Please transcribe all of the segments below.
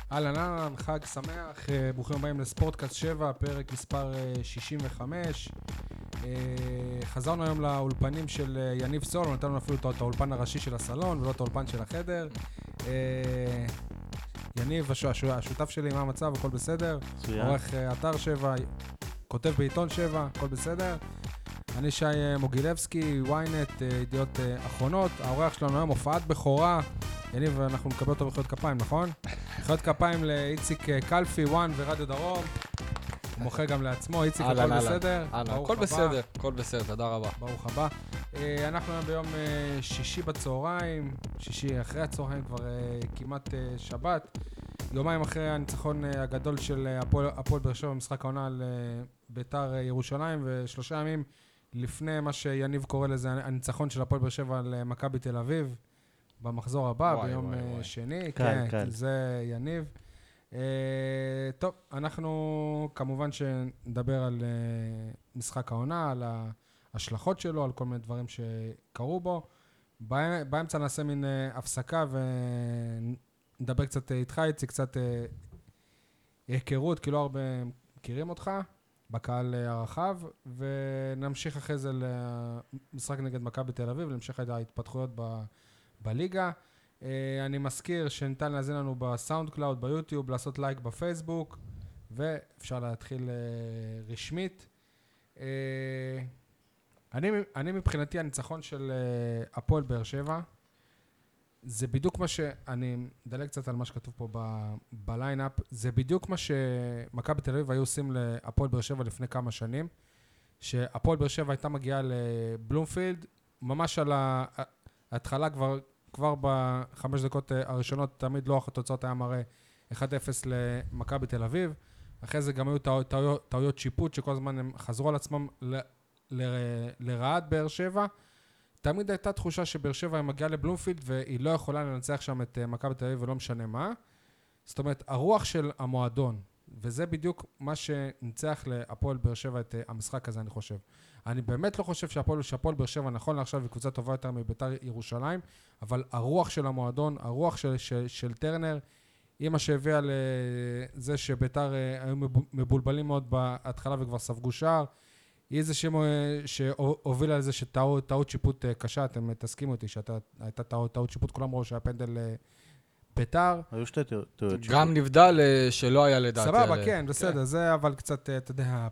אהלן, חג שמח, ברוכים הבאים לספורטקאסט 7, פרק מספר 65. חזרנו היום לאולפנים של יניב סול, נתנו אפילו את האולפן הראשי של הסלון ולא את האולפן של החדר. יניב, השותף שלי, מה המצב? הכל בסדר? עורך אתר 7, כותב בעיתון 7, הכל בסדר? אני שי מוגילבסקי, ynet, ידיעות אחרונות. האורח שלנו היום הופעת בכורה. יניב, אנחנו נקבל אותו מחיאות כפיים, נכון? מחיאות כפיים לאיציק קלפי, וואן ורדיו דרום. הוא מוכר גם לעצמו. איציק, הכל בסדר? הכל בסדר, הכל בסדר, תודה רבה. ברוך הבא. אנחנו היום ביום שישי בצהריים, שישי אחרי הצהריים, כבר כמעט שבת. יומיים אחרי הניצחון הגדול של הפועל באר שבע במשחק העונה על בית"ר ירושלים, ו3 ימים לפני מה שיניב קורא לזה הניצחון של הפועל באר שבע על מכבי תל אביב. במחזור הבא, ביום שני, כן, זה יניב. טוב, אנחנו כמובן שנדבר על משחק העונה, על ההשלכות שלו, על כל מיני דברים שקרו בו. באמצע נעשה מין הפסקה ונדבר קצת איתך, איציק, קצת היכרות, כי לא הרבה מכירים אותך בקהל הרחב, ונמשיך אחרי זה למשחק נגד מכבי תל אביב, להמשך ההתפתחויות בליגה. אני מזכיר שניתן להזין לנו בסאונד קלאוד, ביוטיוב, לעשות לייק בפייסבוק, ואפשר להתחיל רשמית. אני מבחינתי הניצחון של הפועל באר שבע, זה בדיוק מה אני מדלג קצת על מה שכתוב פה בליינאפ, זה בדיוק מה שמכבי תל אביב היו עושים להפועל באר שבע לפני כמה שנים, שהפועל באר שבע הייתה מגיעה לבלומפילד, ממש על ההתחלה כבר ב5 דקות הראשונות, תמיד לא התוצאות היה מראה 1-0 למכבי תל אביב. אחרי זה גם היו טעויות שיפוט שכל הזמן הם חזרו על עצמם לרעת באר שבע. תמיד הייתה תחושה שבאר שבע היא מגיעה לבלומפילד והיא לא יכולה לנצח שם את מכבי תל אביב ולא משנה מה. זאת אומרת, הרוח של המועדון, וזה בדיוק מה שנצח להפועל באר שבע את המשחק הזה, אני חושב. אני באמת לא חושב שהפועל באר שבע נכון לעכשיו היא קבוצה טובה יותר מבית"ר ירושלים, אבל הרוח של המועדון, הרוח של טרנר, היא מה שהביאה לזה שבית"ר היו מבולבלים מאוד בהתחלה וכבר ספגו שער, היא זה שהובילה לזה שטעות שיפוט קשה, אתם תסכימו אותי שהייתה טעות שיפוט, כולם ראו שהיה פנדל בית"ר. היו שתי טעויות. גם נבדל שלא היה לדעתי. סבבה, כן, בסדר, זה אבל קצת, אתה יודע,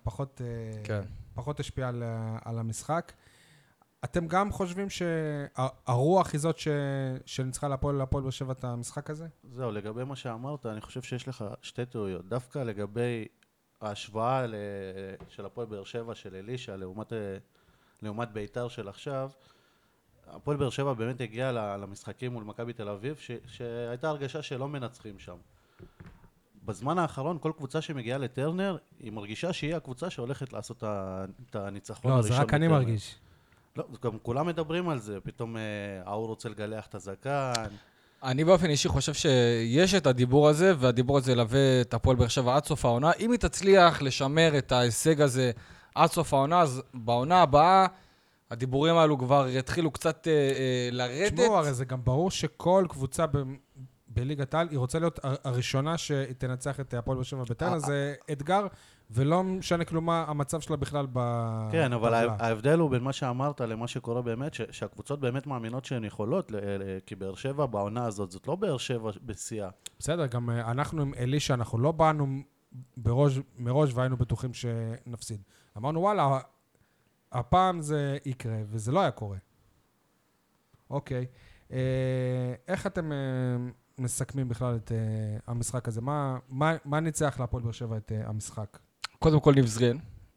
פחות השפיע על המשחק. אתם גם חושבים שהרוח היא זאת שניצחה להפועל באר שבע את המשחק הזה? זהו, לגבי מה שאמרת, אני חושב שיש לך שתי טעויות. דווקא לגבי ההשוואה של הפועל באר שבע של אלישע לעומת בית"ר של עכשיו, הפועל באר שבע באמת הגיע למשחקים מול מכבי תל אביב, שהייתה הרגשה שלא מנצחים שם. בזמן האחרון, כל קבוצה שמגיעה לטרנר, היא מרגישה שהיא הקבוצה שהולכת לעשות את הניצחון הראשון. לא, זה רק אני מרגיש. לא, גם כולם מדברים על זה, פתאום האור רוצה לגלח את הזקן. אני באופן אישי חושב שיש את הדיבור הזה, והדיבור הזה ילווה את הפועל באר שבע עד סוף העונה. אם היא תצליח לשמר את ההישג הזה עד סוף העונה, אז בעונה הבאה, הדיבורים האלו כבר יתחילו קצת לרדת. תשמעו, הרי זה גם ברור שכל קבוצה בליגת העל, היא רוצה להיות הראשונה שתנצח את הפועל באר שבע בטרנר, זה אתגר, ולא משנה כלום מה המצב שלה בכלל בטבלה. כן, אבל ההבדל הוא בין מה שאמרת למה שקורה באמת, שהקבוצות באמת מאמינות שהן יכולות, כי באר שבע בעונה הזאת, זאת לא באר שבע בשיאה. בסדר, גם אנחנו עם אלישע, אנחנו לא באנו מראש והיינו בטוחים שנפסיד. אמרנו, וואלה, הפעם זה יקרה, וזה לא היה קורה. אוקיי. איך אתם מסכמים בכלל את המשחק הזה? מה ניצח להפועל באר שבע את המשחק? קודם כל ניב זריאן.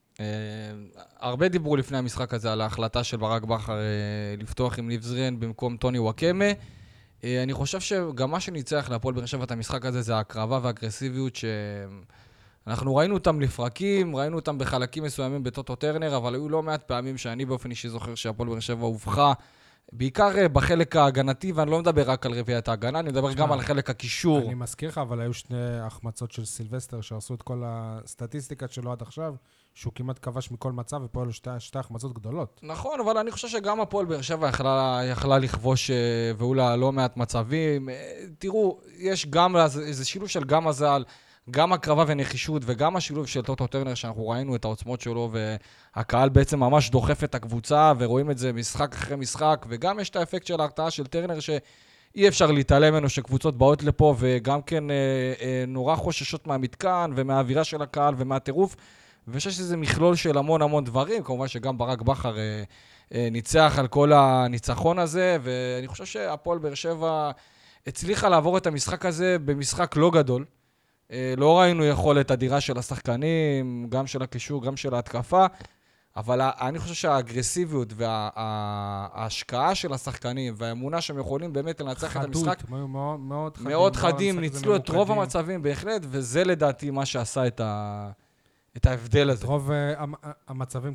הרבה דיברו לפני המשחק הזה על ההחלטה של ברק בכר לפתוח עם ניב זריאן במקום טוני וואקמה. אני חושב שגם מה שניצח להפועל באר שבע את המשחק הזה זה ההקרבה והאגרסיביות שאנחנו ראינו אותם לפרקים, ראינו אותם בחלקים מסוימים בטוטו טרנר, אבל היו לא מעט פעמים שאני באופן אישי זוכר שהפועל באר שבע הובכה בעיקר בחלק ההגנתי, ואני לא מדבר רק על רביעיית ההגנה, אני מדבר גם על חלק הקישור. אני מזכיר לך, אבל היו שני החמצות של סילבסטר, שעשו את כל הסטטיסטיקה שלו עד עכשיו, שהוא כמעט כבש מכל מצב, ופה היו שתי החמצות גדולות. נכון, אבל אני חושב שגם הפועל באר שבע יכלה לכבוש והיו לה לא מעט מצבים. תראו, יש גם איזה שילוב של גם מזל, גם הקרבה ונחישות, וגם השילוב של טוטו טרנר, שאנחנו ראינו את העוצמות שלו, והקהל בעצם ממש דוחף את הקבוצה, ורואים את זה משחק אחרי משחק, וגם יש את האפקט של ההרתעה של טרנר, שאי אפשר להתעלם ממנו שקבוצות באות לפה, וגם כן נורא חוששות מהמתקן, ומהאווירה של הקהל, ומהטירוף, ושש שזה מכלול של המון המון דברים, כמובן שגם ברק בכר ניצח על כל הניצחון הזה, ואני חושב שהפועל באר שבע הצליחה לעבור את המשחק הזה במשחק לא גדול. לא ראינו יכולת אדירה של השחקנים, גם של הקישור, גם של ההתקפה, אבל אני חושב שהאגרסיביות וההשקעה של השחקנים והאמונה שהם יכולים באמת לנצח את המשחק, חדות, הם היו מאוד חדים. מאוד חדים, ניצלו את רוב המצבים בהחלט, וזה לדעתי מה שעשה את ההבדל הזה. את רוב המצבים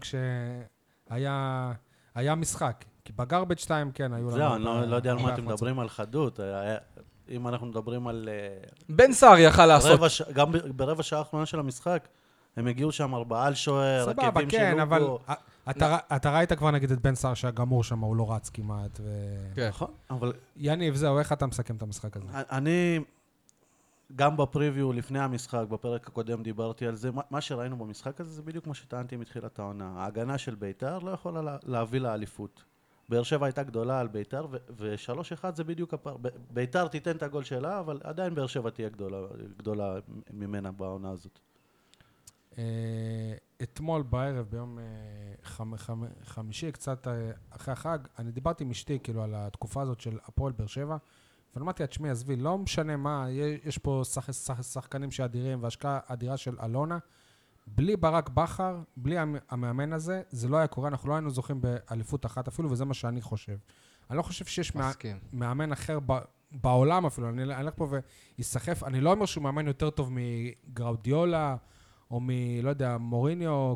כשהיה משחק. כי בגרבג' 2 כן, היו לנו... זהו, אני לא יודע על מה אתם מדברים על חדות. אם אנחנו מדברים על... בן סער יכל לעשות. גם ברבע שעה האחרונה של המשחק, הם הגיעו שם 4 על שוער, עקבים של כן, אבל לוגו. אתה ראית כבר נגיד את בן סער שהגמור שם, הוא לא רץ כמעט. נכון, אבל... יניב, זהו, איך אתה מסכם את המשחק הזה? אני, גם בפריוויו לפני המשחק, בפרק הקודם דיברתי על זה, מה שראינו במשחק הזה זה בדיוק מה שטענתי מתחילת העונה. ההגנה של ביתר לא יכולה להביא לאליפות. באר שבע הייתה גדולה על ביתר, ו3-1 זה בדיוק הפער. ביתר תיתן את הגול שלה, אבל עדיין באר שבע תהיה גדולה ממנה בעונה הזאת. אתמול בערב, ביום חמישי, קצת אחרי החג, אני דיברתי עם אשתי כאילו על התקופה הזאת של הפועל באר שבע, ואמרתי לה, תשמעי, עזבי, לא משנה מה, יש פה שחקנים שאדירים והשקעה אדירה של אלונה, בלי ברק בכר, בלי המאמן הזה, זה לא היה קורה, אנחנו לא היינו זוכים באליפות אחת אפילו, וזה מה שאני חושב. אני לא חושב שיש מאמן אחר בעולם אפילו, אני אלך פה ויסחף, אני לא אומר שהוא מאמן יותר טוב מגראודיולה, או לא יודע, מוריניו,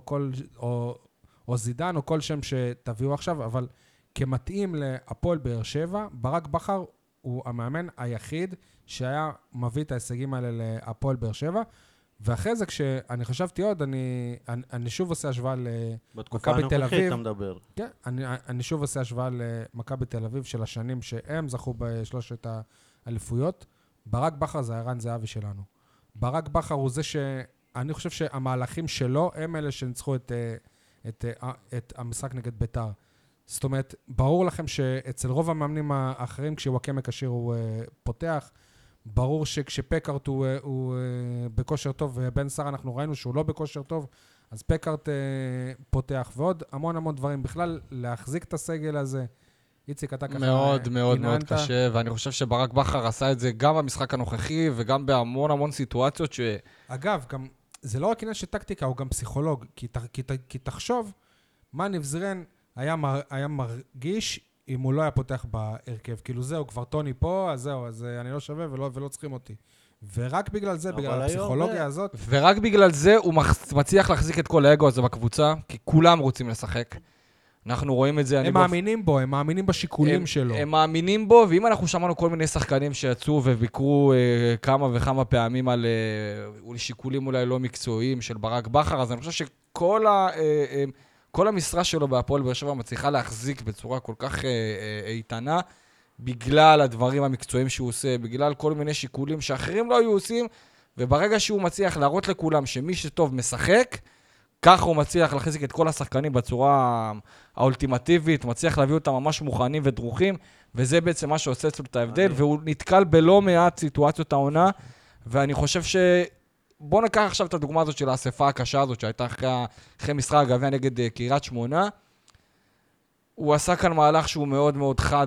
או זידן, או כל שם שתביאו עכשיו, אבל כמתאים להפועל באר שבע, ברק בכר הוא המאמן היחיד שהיה מביא את ההישגים האלה להפועל באר שבע, ואחרי זה, כשאני חשבתי עוד, אני שוב עושה השוואה למכבי תל אביב. אתה מדבר. כן, אני שוב עושה השוואה למכבי תל אביב של השנים שהם זכו בשלושת האליפויות. ברק בכר זה ערן זהבי שלנו. ברק בכר הוא זה שאני חושב שהמהלכים שלו הם אלה שניצחו את המשחק נגד ביתר. זאת אומרת, ברור לכם שאצל רוב המאמנים האחרים, כשוואקמה כשיר הוא פותח, ברור שכשפקארט הוא בכושר טוב, ובן סער אנחנו ראינו שהוא לא בכושר טוב, אז פקארט פותח, ועוד המון המון דברים. בכלל, להחזיק את הסגל הזה, איציק, אתה ככה מאוד מאוד מאוד קשה, ואני חושב שברק בכר עשה את זה גם במשחק הנוכחי, וגם בהמון המון סיטואציות אגב, גם, זה לא רק עניין של טקטיקה, הוא גם פסיכולוג, כי תחשוב, מה נבזרן היה מרגיש אם הוא לא היה פותח בהרכב. כאילו זהו, כבר טוני פה, אז זהו, אז אני לא שווה ולא צריכים אותי. ורק בגלל זה, בגלל הפסיכולוגיה הזאת... ורק בגלל זה הוא מצליח להחזיק את כל האגו הזה בקבוצה, כי כולם רוצים לשחק. אנחנו רואים את זה. הם מאמינים בו, הם מאמינים בשיקולים שלו. הם מאמינים בו, ואם אנחנו שמענו כל מיני שחקנים שיצאו וביקרו כמה וכמה פעמים על שיקולים אולי לא מקצועיים של ברק בכר, אז אני חושב שכל כל המשרה שלו בהפועל באר שבע מצליחה להחזיק בצורה כל כך איתנה, בגלל הדברים המקצועיים שהוא עושה, בגלל כל מיני שיקולים שאחרים לא היו עושים, וברגע שהוא מצליח להראות לכולם שמי שטוב משחק, ככה הוא מצליח להחזיק את כל השחקנים בצורה האולטימטיבית, מצליח להביא אותם ממש מוכנים ודרוכים, וזה בעצם מה שעושה אצלו את ההבדל, והוא נתקל בלא מעט סיטואציות העונה, ואני חושב בוא ניקח עכשיו את הדוגמה הזאת של האספה הקשה הזאת, שהייתה אחרי משחק הגביע נגד קריית שמונה. הוא עשה כאן מהלך שהוא מאוד מאוד חד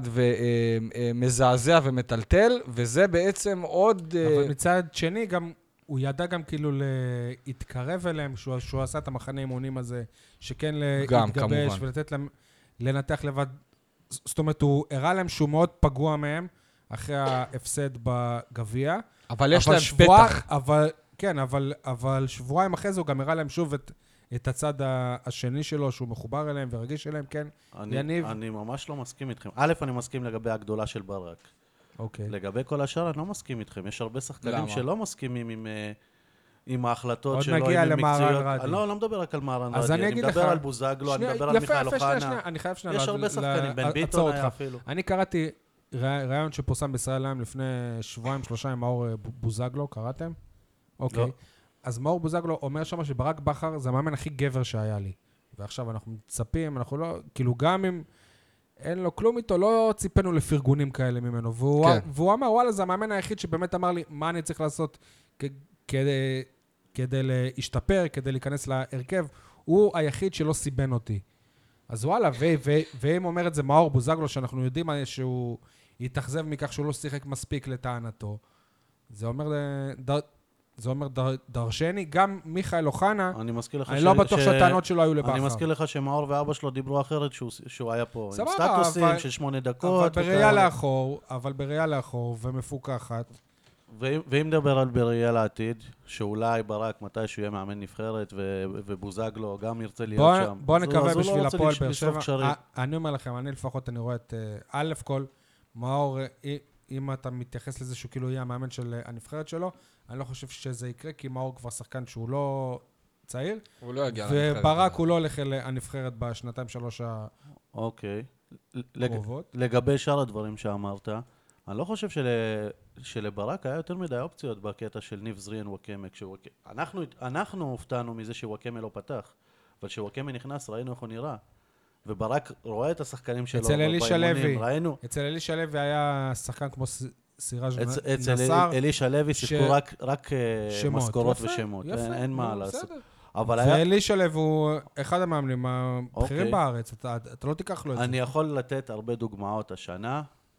ומזעזע ומטלטל, וזה בעצם עוד... אבל מצד שני, גם, הוא ידע גם כאילו להתקרב אליהם, שהוא עשה את המחנה אימונים הזה, שכן להתגבש ולתת להם לנתח לבד. זאת אומרת, הוא הראה להם שהוא מאוד פגוע מהם, אחרי ההפסד בגביע. אבל יש להם פתח. כן, אבל שבועיים אחרי זה הוא גם הראה להם שוב את הצד השני שלו, שהוא מחובר אליהם ורגיש אליהם, כן? יניב? אני ממש לא מסכים איתכם. א', אני מסכים לגבי הגדולה של ברק. אוקיי. לגבי כל השאר, אני לא מסכים איתכם. יש הרבה שחקנים שלא מסכימים עם עם ההחלטות עוד שלו, נגיע אם הן למהרן מקצועיות. רדי. לא מדבר רק על מהרן אז רדי, אני אני אגיד מדבר לך- על בוזגלו, אני שנייה, מדבר על יפה, מיכאל יפה, שנייה, אוחנה. אני חייב שנייה יש הרבה שחקנים, בן ביטון לעצור היה אותך. אפילו. אני קראתי ראיון שפורסם בישראל היום לפני שבועיים-שלושה עם מאור בוזגלו, קראתם? אוקיי. לא. אז מאור בוזגלו אומר שם שברק בכר זה המאמן הכי גבר שהיה לי. ועכשיו אנחנו מצפים, אנחנו לא, כאילו גם אם אין לו כלום איתו, לא ציפינו לפרגונים כאלה ממנו. והוא אמר, וואלה, זה המאמן היחיד שבאמת אמר לי, מה אני צריך לעשות כדי להשתפר, כדי להיכנס להרכב. הוא היחיד שלא סיבן אותי. אז וואלה, ואם אומר את זה מאור בוזגלו, שאנחנו יודעים שהוא יתאכזב מכך שהוא לא שיחק מספיק לטענתו, זה אומר דרשני. גם מיכאל אוחנה, אני מזכיר לך אני לא בטוח שהטענות שלו היו לבכר. אני מזכיר לך שמאור ואבא שלו דיברו אחרת שהוא היה פה. עם סבבה, סטטוסים של 8 דקות. אבל בראייה לאחור ומפוקחת. ואם נדבר על בראייה לעתיד, שאולי ברק מתישהו יהיה מאמן נבחרת ובוזגלו גם ירצה להיות שם. בוא נקווה בשביל הפועל הפועל באר שבע. אני אומר לכם, אני לפחות אני רואה את א' כל, מאור, אם אתה מתייחס לזה שהוא כאילו יהיה המאמן של הנבחרת שלו, אני לא חושב שזה יקרה, כי מאור כבר שחקן שהוא לא צעיר. הוא לא יגיע לנבחרת. וברק הוא לא הולך לנבחרת בשנתיים-שלוש אוקיי. הקרובות. לגבי שאר הדברים שאמרת, אני לא חושב שלברק היה יותר מדי אופציות בקטע של ניב זריאן וואקמה. אנחנו הופתענו מזה שוואקמה לא פתח, אבל שוואקמה נכנס ראינו איך הוא נראה. וברק רואה את השחקנים שלו באימונים, ראינו. אצל אלישע לוי היה שחקן כמו סיראז' נסאר. אצל אלישע לוי שיחקו רק משכורות ושמות, אין מה לעשות. ואלישע לוי הוא אחד המאמנים הבכירים בארץ, אתה לא תיקח לו את זה. אני יכול לתת הרבה דוגמאות השנה,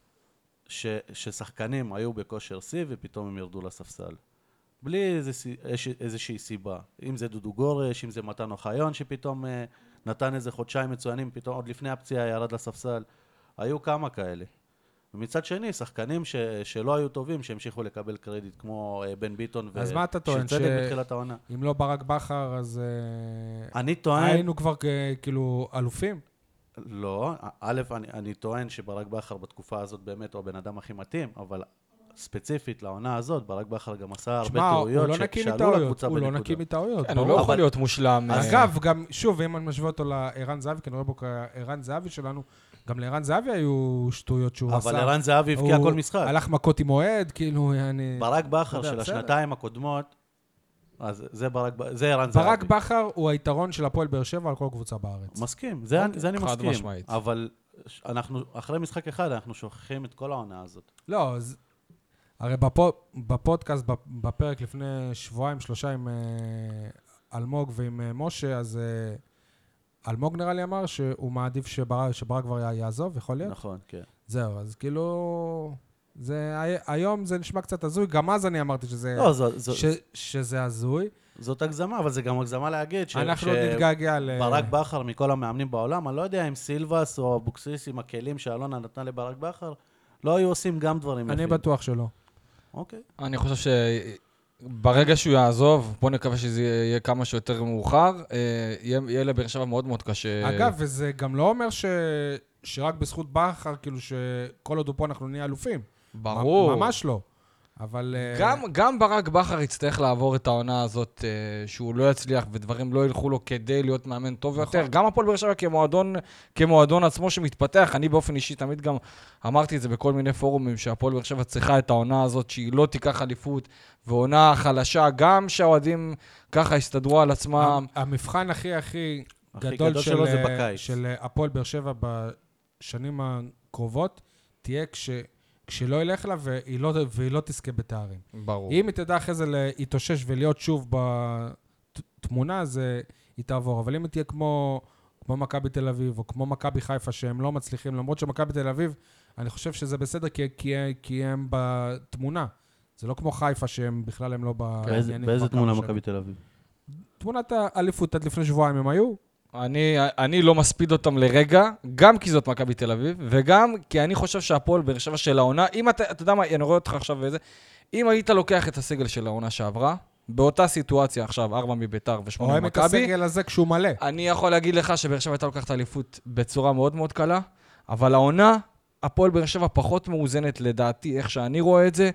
ששחקנים היו בכושר שיא ופתאום הם ירדו לספסל. בלי איזושהי סיבה. אם זה דודו גורש, אם זה מתן אוחיון שפתאום נתן איזה חודשיים מצוינים, פתאום עוד לפני הפציעה ירד לספסל. היו כמה כאלה. ומצד שני, שחקנים שלא היו טובים, שהמשיכו לקבל קרדיט, כמו בן ביטון אז מה אתה טוען? שצדק בתחילת העונה. אם לא ברק בכר, אז אני טוען... היינו כבר כאילו אלופים? לא, אני טוען שברק בכר בתקופה הזאת באמת הוא הבן אדם הכי מתאים, אבל ספציפית לעונה הזאת, ברק בכר גם עשה הרבה טעויות שעלו לקבוצה בנקודה. הוא לא נקי מטעויות. הוא לא יכול להיות מושלם. אגב, גם, שוב, אם אני משווה אותו לערן זהבי, כי אני רואה בו כערן זהבי שלנו, גם לערן זהבי היו שטויות שהוא עשה. אבל ערן זהבי הבקיע כל משחק. הלך מכות עם אוהד, כאילו, ברק בכר של השנתיים הקודמות, אז זה ערן זהבי. ברק בכר הוא היתרון של הפועל באר שבע על כל קבוצה בארץ. מסכים, זה אני מסכים. משמעית. אבל אחרי משחק אחד אנחנו שוכחים את כל העונה הזאת. לא, הרי בפודקאסט, בפרק לפני שבועיים-שלושה עם אלמוג ועם משה, אז אלמוג נראה לי אמר שהוא מעדיף שברק כבר יעזוב, יכול להיות? נכון, כן. זהו, אז כאילו... היום זה נשמע קצת הזוי, גם אז אני אמרתי שזה הזוי. זאת הגזמה, אבל זה גם הגזמה להגיד אנחנו עוד נתגעגע ברק בכר מכל המאמנים בעולם, אני לא יודע אם סילבס או אבוקסיס עם הכלים שאלונה נתנה לברק בכר, לא היו עושים גם דברים יפים. אני בטוח שלא. אוקיי. אני חושב שברגע שהוא יעזוב, בוא נקווה שזה יהיה כמה שיותר מאוחר, יהיה לבאר שבע מאוד מאוד קשה. אגב, וזה גם לא אומר שרק בזכות בכר, כאילו שכל עוד הוא פה אנחנו נהיה אלופים. ברור. ממש לא. אבל... גם ברק בכר יצטרך לעבור את העונה הזאת, שהוא לא יצליח ודברים לא ילכו לו כדי להיות מאמן טוב יותר. גם הפועל באר שבע כמועדון עצמו שמתפתח. אני באופן אישי תמיד גם אמרתי את זה בכל מיני פורומים, שהפועל באר שבע צריכה את העונה הזאת, שהיא לא תיקח אליפות, ועונה חלשה, גם שהאוהדים ככה הסתדרו על עצמם. המבחן הכי גדול של הפועל באר שבע בשנים הקרובות, תהיה כשלא ילך לה והיא לא תזכה בתארים. ברור. אם היא תדע אחרי זה להתאושש ולהיות שוב בתמונה, אז היא תעבור. אבל אם היא תהיה כמו מכבי תל אביב, או כמו מכבי חיפה, שהם לא מצליחים, למרות שמכבי תל אביב, אני חושב שזה בסדר, כי הם בתמונה. זה לא כמו חיפה, שהם בכלל הם לא בעניינים. באיזה תמונה מכבי תל אביב? תמונת האליפות עד לפני שבועיים הם היו. אני לא מספיד אותם לרגע, גם כי זאת מכבי תל אביב, וגם כי אני חושב שהפועל באר שבע של העונה, אם אתה יודע מה, אני רואה אותך עכשיו וזה, אם היית לוקח את הסגל של העונה שעברה, באותה סיטואציה עכשיו, 4 מביתר ו8 מכבי, רואים את הסגל הזה כשהוא מלא. אני יכול להגיד לך שבאר שבע הייתה לוקחת אליפות בצורה מאוד מאוד קלה, אבל העונה, הפועל באר שבע פחות מאוזנת לדעתי, איך שאני רואה את זה,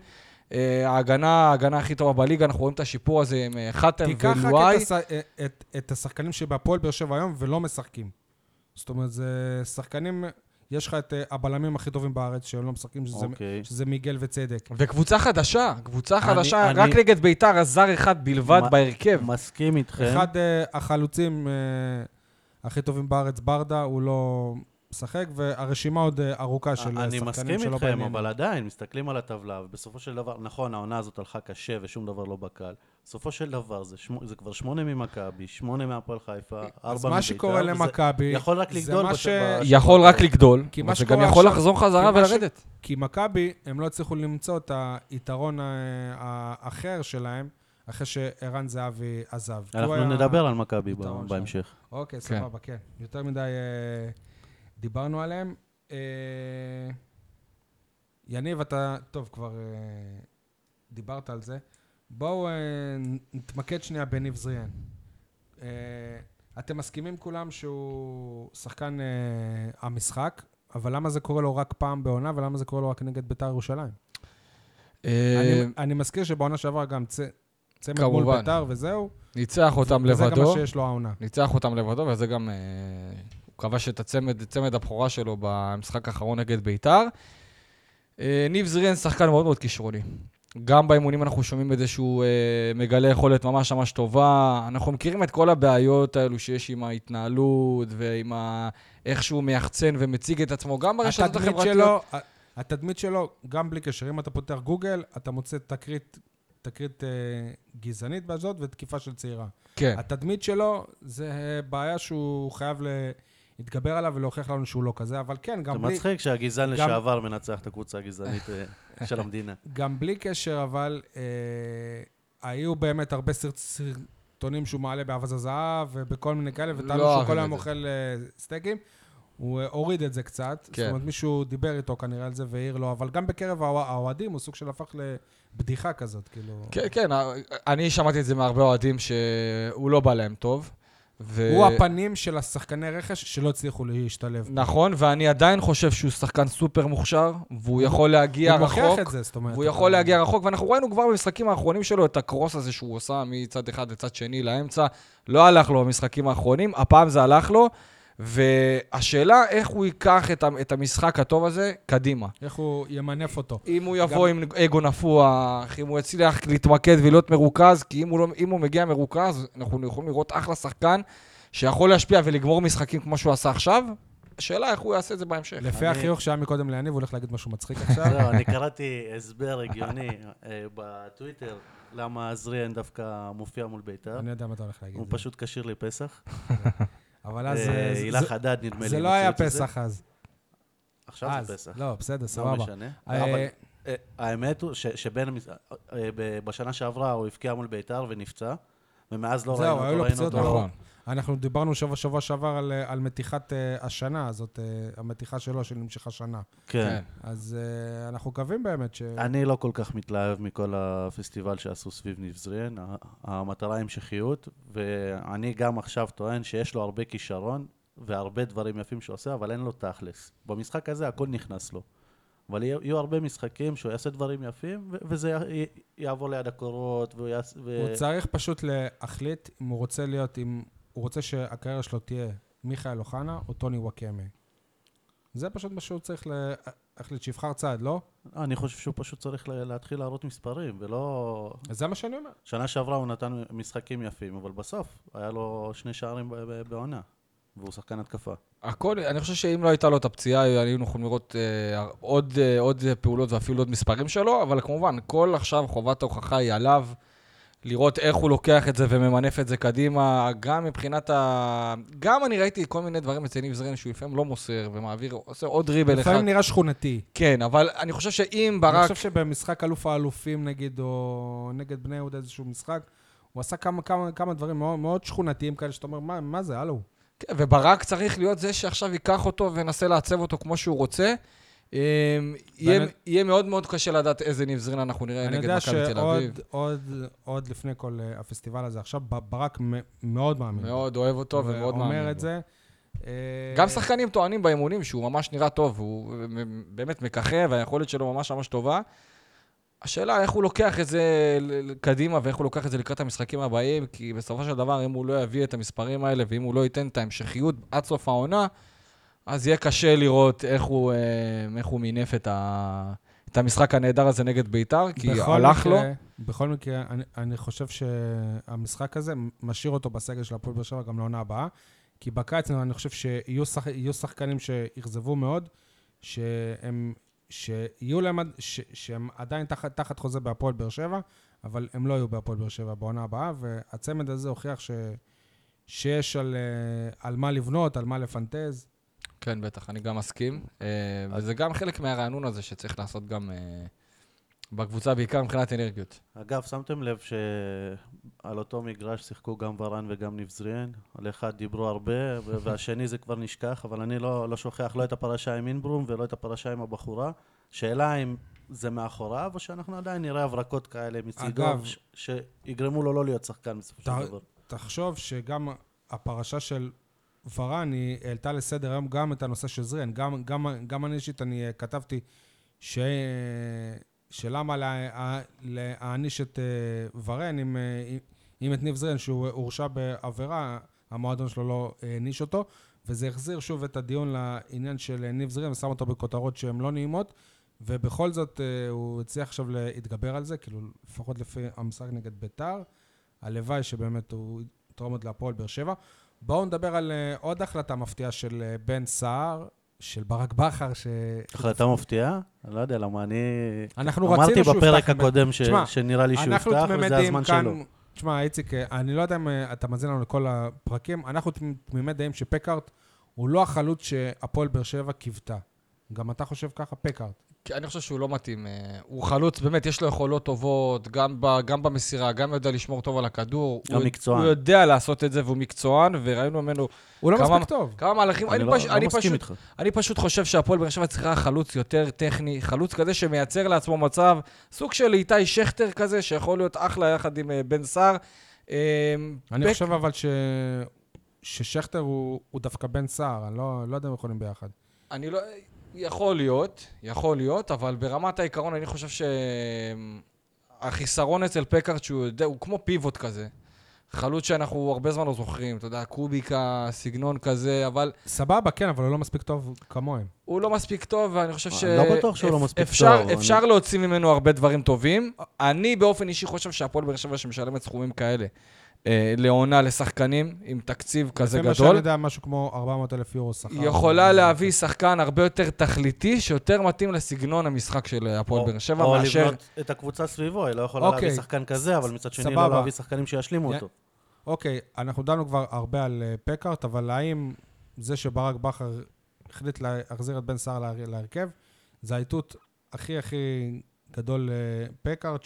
ההגנה הכי טובה בליגה, אנחנו רואים את השיפור הזה עם חתם תיקח ולואי. רק את השחקנים שבהפועל באר שבע היום ולא משחקים. זאת אומרת, זה שחקנים, יש לך את הבלמים הכי טובים בארץ שהם לא משחקים, שזה מיגל וצדק. וקבוצה חדשה, רק נגד ביתר, הזר אחד בלבד בהרכב. מסכים איתכם. אחד החלוצים הכי טובים בארץ, ברדה, הוא לא משחק, והרשימה עוד ארוכה של שחקנים שלא בעניין. אני מסכים איתכם, אבל עדיין, מסתכלים על הטבלה, ובסופו של דבר, נכון, העונה הזאת הלכה קשה ושום דבר לא בקל. בסופו של דבר, זה כבר 8 ממכבי, 8 מהפועל חיפה, 4 מביתר. אז מה שקורה למכבי, יכול רק לגדול. יכול רק לגדול, זה גם יכול לחזור חזרה ולרדת. כי מכבי, הם לא הצליחו למצוא את היתרון האחר שלהם, אחרי שערן זהבי עזב. אנחנו נדבר על מכבי בהמשך. אוקיי, סבבה, כן. יותר מדי דיברנו עליהם. יניב, אתה, טוב, כבר דיברת על זה. בואו נתמקד שנייה בניב זריאן. אתם מסכימים כולם שהוא שחקן המשחק, אבל למה זה קורה לו רק פעם בעונה, ולמה זה קורה לו רק נגד בית"ר ירושלים? אני מזכיר שבעונה שעברה גם צמד מול בית"ר וזהו. ניצח אותם לבדו. וזה גם מה שיש לו העונה. ניצח אותם לבדו, וזה גם... הוא כבש את צמד הבכורה שלו במשחק האחרון נגד בית"ר. ניב זריאן שחקן מאוד מאוד כישרוני. גם באימונים אנחנו שומעים את זה שהוא מגלה יכולת ממש ממש טובה. אנחנו מכירים את כל הבעיות האלו שיש עם ההתנהלות ועם איך שהוא מייחצן ומציג את עצמו, גם ברשתות החברתיות. התדמית שלו, גם בלי קשר, אם אתה פותח גוגל, אתה מוצא תקרית גזענית בזאת ותקיפה של צעירה. כן. התדמית שלו זה בעיה שהוא חייב להתגבר עליו ולהוכיח לנו שהוא לא כזה, אבל כן, גם בלי... זה מצחיק שהגזען לשעבר מנצח את הקבוצה הגזענית של המדינה. גם בלי קשר, אבל היו באמת הרבה סרטונים שהוא מעלה באבז הזהב ובכל מיני כאלה, וטענו שהוא כל היום אוכל סטייקים. הוא הוריד את זה קצת, זאת אומרת מישהו דיבר איתו כנראה על זה והעיר לו, אבל גם בקרב האוהדים הוא סוג של הפך לבדיחה כזאת, כאילו... כן, כן, אני שמעתי את זה מהרבה אוהדים שהוא לא בא להם טוב. הוא הפנים של השחקני רכש שלא הצליחו להשתלב. נכון, ואני עדיין חושב שהוא שחקן סופר מוכשר, והוא יכול להגיע רחוק. הוא מוכיח את זה, זאת אומרת. והוא יכול להגיע רחוק, ואנחנו ראינו כבר במשחקים האחרונים שלו את הקרוס הזה שהוא עושה מצד אחד לצד שני לאמצע. לא הלך לו במשחקים האחרונים, הפעם זה הלך לו. והשאלה איך הוא ייקח את המשחק הטוב הזה קדימה. איך הוא ימנף אותו. אם הוא יבוא עם אגו נפוח, אם הוא יצליח להתמקד ולהיות מרוכז, כי אם הוא מגיע מרוכז, אנחנו יכולים לראות אחלה שחקן שיכול להשפיע ולגמור משחקים כמו שהוא עשה עכשיו. השאלה איך הוא יעשה את זה בהמשך. לפי החיוך שהיה מקודם לעניב, הוא הולך להגיד משהו מצחיק עכשיו. לא, אני קראתי הסבר הגיוני בטוויטר, למה זריאן דווקא מופיע מול בית"ר. אני יודע מה אתה הולך להגיד. הוא פשוט קשיר לפסח. אבל אז... הילה חדד נדמה לי. זה לא היה פסח אז. עכשיו זה פסח. לא, בסדר, סבבה. לא משנה. האמת הוא שבשנה שעברה הוא הבקיע מול בית"ר ונפצע, ומאז לא ראינו אותו. זהו, היו לו פציעות. אנחנו דיברנו שבוע שעבר על מתיחת השנה הזאת, המתיחה שלו שנמשכה שנה. כן. אז אנחנו מקווים באמת אני לא כל כך מתלהב מכל הפסטיבל שעשו סביב ניב זריאן. המטרה היא המשכיות, ואני גם עכשיו טוען שיש לו הרבה כישרון, והרבה דברים יפים שהוא עושה, אבל אין לו תכלס. במשחק הזה הכל נכנס לו. אבל יהיו הרבה משחקים שהוא יעשה דברים יפים, וזה יעבור ליד הקורות. הוא צריך פשוט להחליט אם הוא רוצה להיות, אם הוא רוצה שהקריירה שלו תהיה מיכאל אוחנה או טוני וואקמה. זה פשוט מה שהוא צריך להחליט, שיבחר צעד, לא? אני חושב שהוא פשוט צריך להתחיל להראות מספרים, ולא... זה מה שאני אומר. שנה שעברה הוא נתן משחקים יפים, אבל בסוף היה לו 2 שערים בעונה. והוא שחקן התקפה. הכל, אני חושב שאם לא הייתה לו את הפציעה, היינו יכולים לראות עוד פעולות ואפילו עוד מספרים שלו, אבל כמובן, כל עכשיו חובת ההוכחה היא עליו, לראות איך הוא לוקח את זה וממנף את זה קדימה, גם מבחינת גם אני ראיתי כל מיני דברים אצל ניב זריאן, שהוא לפעמים לא מוסר ומעביר, עושה עוד דריבל אחד. לפעמים נראה שכונתי. כן, אבל אני חושב שאם ברק... אני חושב שבמשחק אלוף האלופים נגיד, או נגד בני יהודה איזשהו משחק, הוא עשה כמה דברים מאוד, מאוד שכונתיים כאלה, שאתה אומר, מה זה, הלו? כן, וברק צריך להיות זה שעכשיו ייקח אותו ונסה לעצב אותו כמו שהוא רוצה. יהיה מאוד מאוד קשה לדעת איזה ניב זריאן אנחנו נראה נגד מכבי תל אביב. אני יודע שעוד לפני כל הפסטיבל הזה, עכשיו ברק מאוד מאמין. מאוד אוהב אותו ומאוד מאמין. ואומר את זה. גם שחקנים טוענים באימונים שהוא ממש נראה טוב, הוא באמת מככב, והיכולת שלו ממש ממש טובה. השאלה איך הוא לוקח את זה קדימה, ואיך הוא לוקח את זה לקראת המשחקים הבאים, כי בסופו של דבר, אם הוא לא יביא את המספרים האלה, ואם הוא לא ייתן את ההמשכיות עד סוף העונה, אז יהיה קשה לראות איך הוא מינף את המשחק הנהדר הזה נגד ביתר, כי הלך לו. בכל מקרה, אני חושב שהמשחק הזה משאיר אותו בסגל של הפועל באר שבע גם לעונה הבאה, כי בקיץ אני חושב שיהיו שחקנים שיחזבו מאוד, שיהיו להם, שהם עדיין תחת חוזה בהפועל באר שבע, אבל הם לא יהיו בהפועל באר שבע בעונה הבאה, והצמד הזה הוכיח שיש על מה לבנות, על מה לפנטז. כן, בטח, אני גם מסכים. וזה גם חלק מהרענון הזה שצריך לעשות גם בקבוצה, בעיקר מבחינת אנרגיות. אגב, שמתם לב שעל אותו מגרש שיחקו גם ורן וגם ניבזריאן. על אחד דיברו הרבה, והשני זה כבר נשכח, אבל אני לא שוכח לא את הפרשה עם אינברום ולא את הפרשה עם הבחורה. שאלה אם זה מאחוריו, או שאנחנו עדיין נראה הברקות כאלה מצידו, שיגרמו לו לא להיות שחקן בסופו של דבר. תחשוב שגם הפרשה של ורן, היא העלתה לסדר היום גם את הנושא של זריאן. גם אני אישית, אני כתבתי שלמה להעניש את ורן, אם את ניב זריאן שהוא הורשע בעבירה, המועדון שלו לא העניש אותו, וזה החזיר שוב את הדיון לעניין של ניב זריאן, ושם אותו בכותרות שהן לא נעימות, ובכל זאת הוא הצליח עכשיו להתגבר על זה, כאילו לפחות לפי המשחק נגד ביתר, הלוואי שבאמת הוא יתרום עוד להפועל באר שבע. בואו נדבר על עוד החלטה מפתיעה של בן סער, של ברק בכר. החלטה מפתיעה? אני לא יודע למה, אנחנו אמרתי רצינו בפרק הקודם שנראה לי שהוא יפתח, וזה הזמן שלו. תשמע, איציק, אני לא יודע אם אתה מזין לנו לכל הפרקים, אנחנו תמימי דעים שפקארט הוא לא החלוץ שהפועל באר שבע קיוותה. גם אתה חושב ככה, פקארט? אני חושב שהוא לא מתאים. הוא חלוץ, באמת, יש לו יכולות טובות, גם במסירה, גם יודע לשמור טוב על הכדור. הוא מקצוען. הוא יודע לעשות את זה, והוא מקצוען, וראינו ממנו הוא לא מספיק טוב. כמה מהלכים. אני לא מסכים איתך. אני פשוט חושב שהפועל באר שבע צריכה חלוץ יותר טכני, חלוץ כזה שמייצר לעצמו מצב, סוג של איתי שכטר כזה, שיכול להיות אחלה יחד עם בן סער. אני חושב אבל ששכטר הוא דווקא בן סער, אני לא יודע אם יכולים ביחד. אני לא... יכול להיות, אבל ברמת העיקרון אני חושב שהחיסרון אצל פקארט שהוא יודע, הוא כמו פיבוט כזה. חלוץ שאנחנו הרבה זמן לא זוכרים, אתה יודע, קוביקה, סגנון כזה, אבל... סבבה, כן, אבל הוא לא מספיק טוב כמוהם. הוא לא מספיק טוב, ואני חושב אני לא בטוח שהוא לא מספיק טוב. אפשר להוציא ממנו הרבה דברים טובים. אני באופן אישי חושב שהפועל באר שבע שמשלמת סכומים כאלה, לעונה לשחקנים עם תקציב כזה גדול. לפי מה שאני יודע, משהו כמו 400,000 יורו שכר. יכולה להביא שחקן הרבה יותר תכליתי, שיותר מתאים לסגנון המשחק של הפועל באר שבע, מאשר... או לבנות את הקבוצה סביבו, היא לא יכולה להביא שחקן כזה, אבל מצד שני לא להביא שחקנים שישלימו אותו. אוקיי, אנחנו דנו כבר הרבה על פקארט, אבל האם זה שברק בכר החליט להחזיר את בן סער להרכב, זה האיתות הכי גדול לפקארט,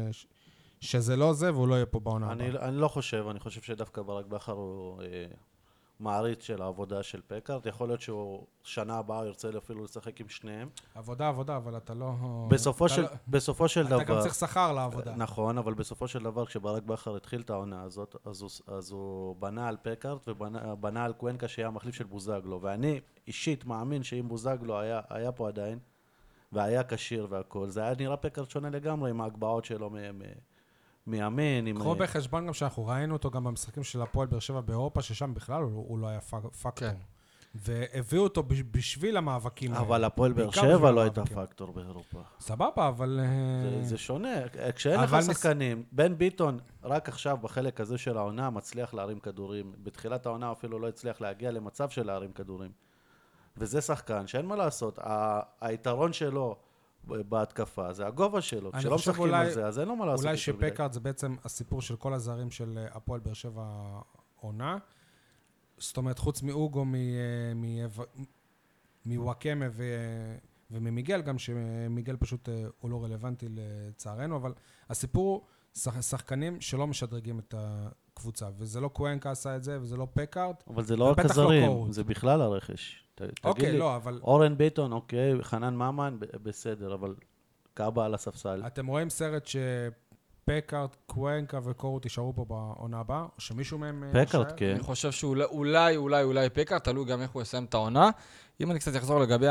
שזה לא זה, והוא לא יהיה פה בעונה הבאה. אני לא חושב, אני חושב שדווקא ברק בכר הוא מעריץ של העבודה של פקארט. יכול להיות שהוא שנה הבאה ירצה אפילו לשחק עם שניהם. עבודה, אבל אתה לא... בסופו של דבר... אתה גם צריך שכר לעבודה. נכון, אבל בסופו של דבר, כשברק בכר התחיל את העונה הזאת, אז הוא בנה על פקארט ובנה על קוונקה שהיה המחליף של בוזגלו. ואני אישית מאמין שאם בוזגלו היה פה עדיין, והיה קשיר והכל, זה היה נראה פקארט שונה לגמרי עם ההגבהות שלו מימין. קחו בחשבון גם שאנחנו ראינו אותו גם במשחקים של הפועל באר שבע באירופה, ששם בכלל הוא לא היה פקטור. והביאו אותו בשביל המאבקים. אבל הפועל באר שבע לא הייתה פקטור באירופה. סבבה, אבל... זה שונה. כשאין לך שחקנים, בן ביטון רק עכשיו בחלק הזה של העונה מצליח להרים כדורים. בתחילת העונה אפילו לא הצליח להגיע למצב של להרים כדורים. וזה שחקן שאין מה לעשות. היתרון שלו בהתקפה, זה הגובה שלו. כשלא משחקים על זה, אז אין לו מה לעשות. אולי שפקארט זה בעצם הסיפור של כל הזרים של הפועל באר שבע עונה. זאת אומרת, חוץ מאוגו, מוואקמה וממיגל, גם שמיגל פשוט הוא לא רלוונטי לצערנו, אבל הסיפור הוא שחקנים שלא משדרגים את הקבוצה, וזה לא קוונקה עשה את זה, וזה לא פקארט. אבל זה לא רק הזרים, זה בכלל הרכש. אוקיי, לא, אבל... אורן ביטון, אוקיי, חנן ממן, בסדר, אבל קאבה על הספסל. אתם רואים סרט פקארט, קוונקה וקורו תישארו פה בעונה הבאה, או שמישהו מהם... פקארט, כן. אני חושב שאולי פקארט, תלוי גם איך הוא יסיים את העונה. אם אני קצת אחזור לגבי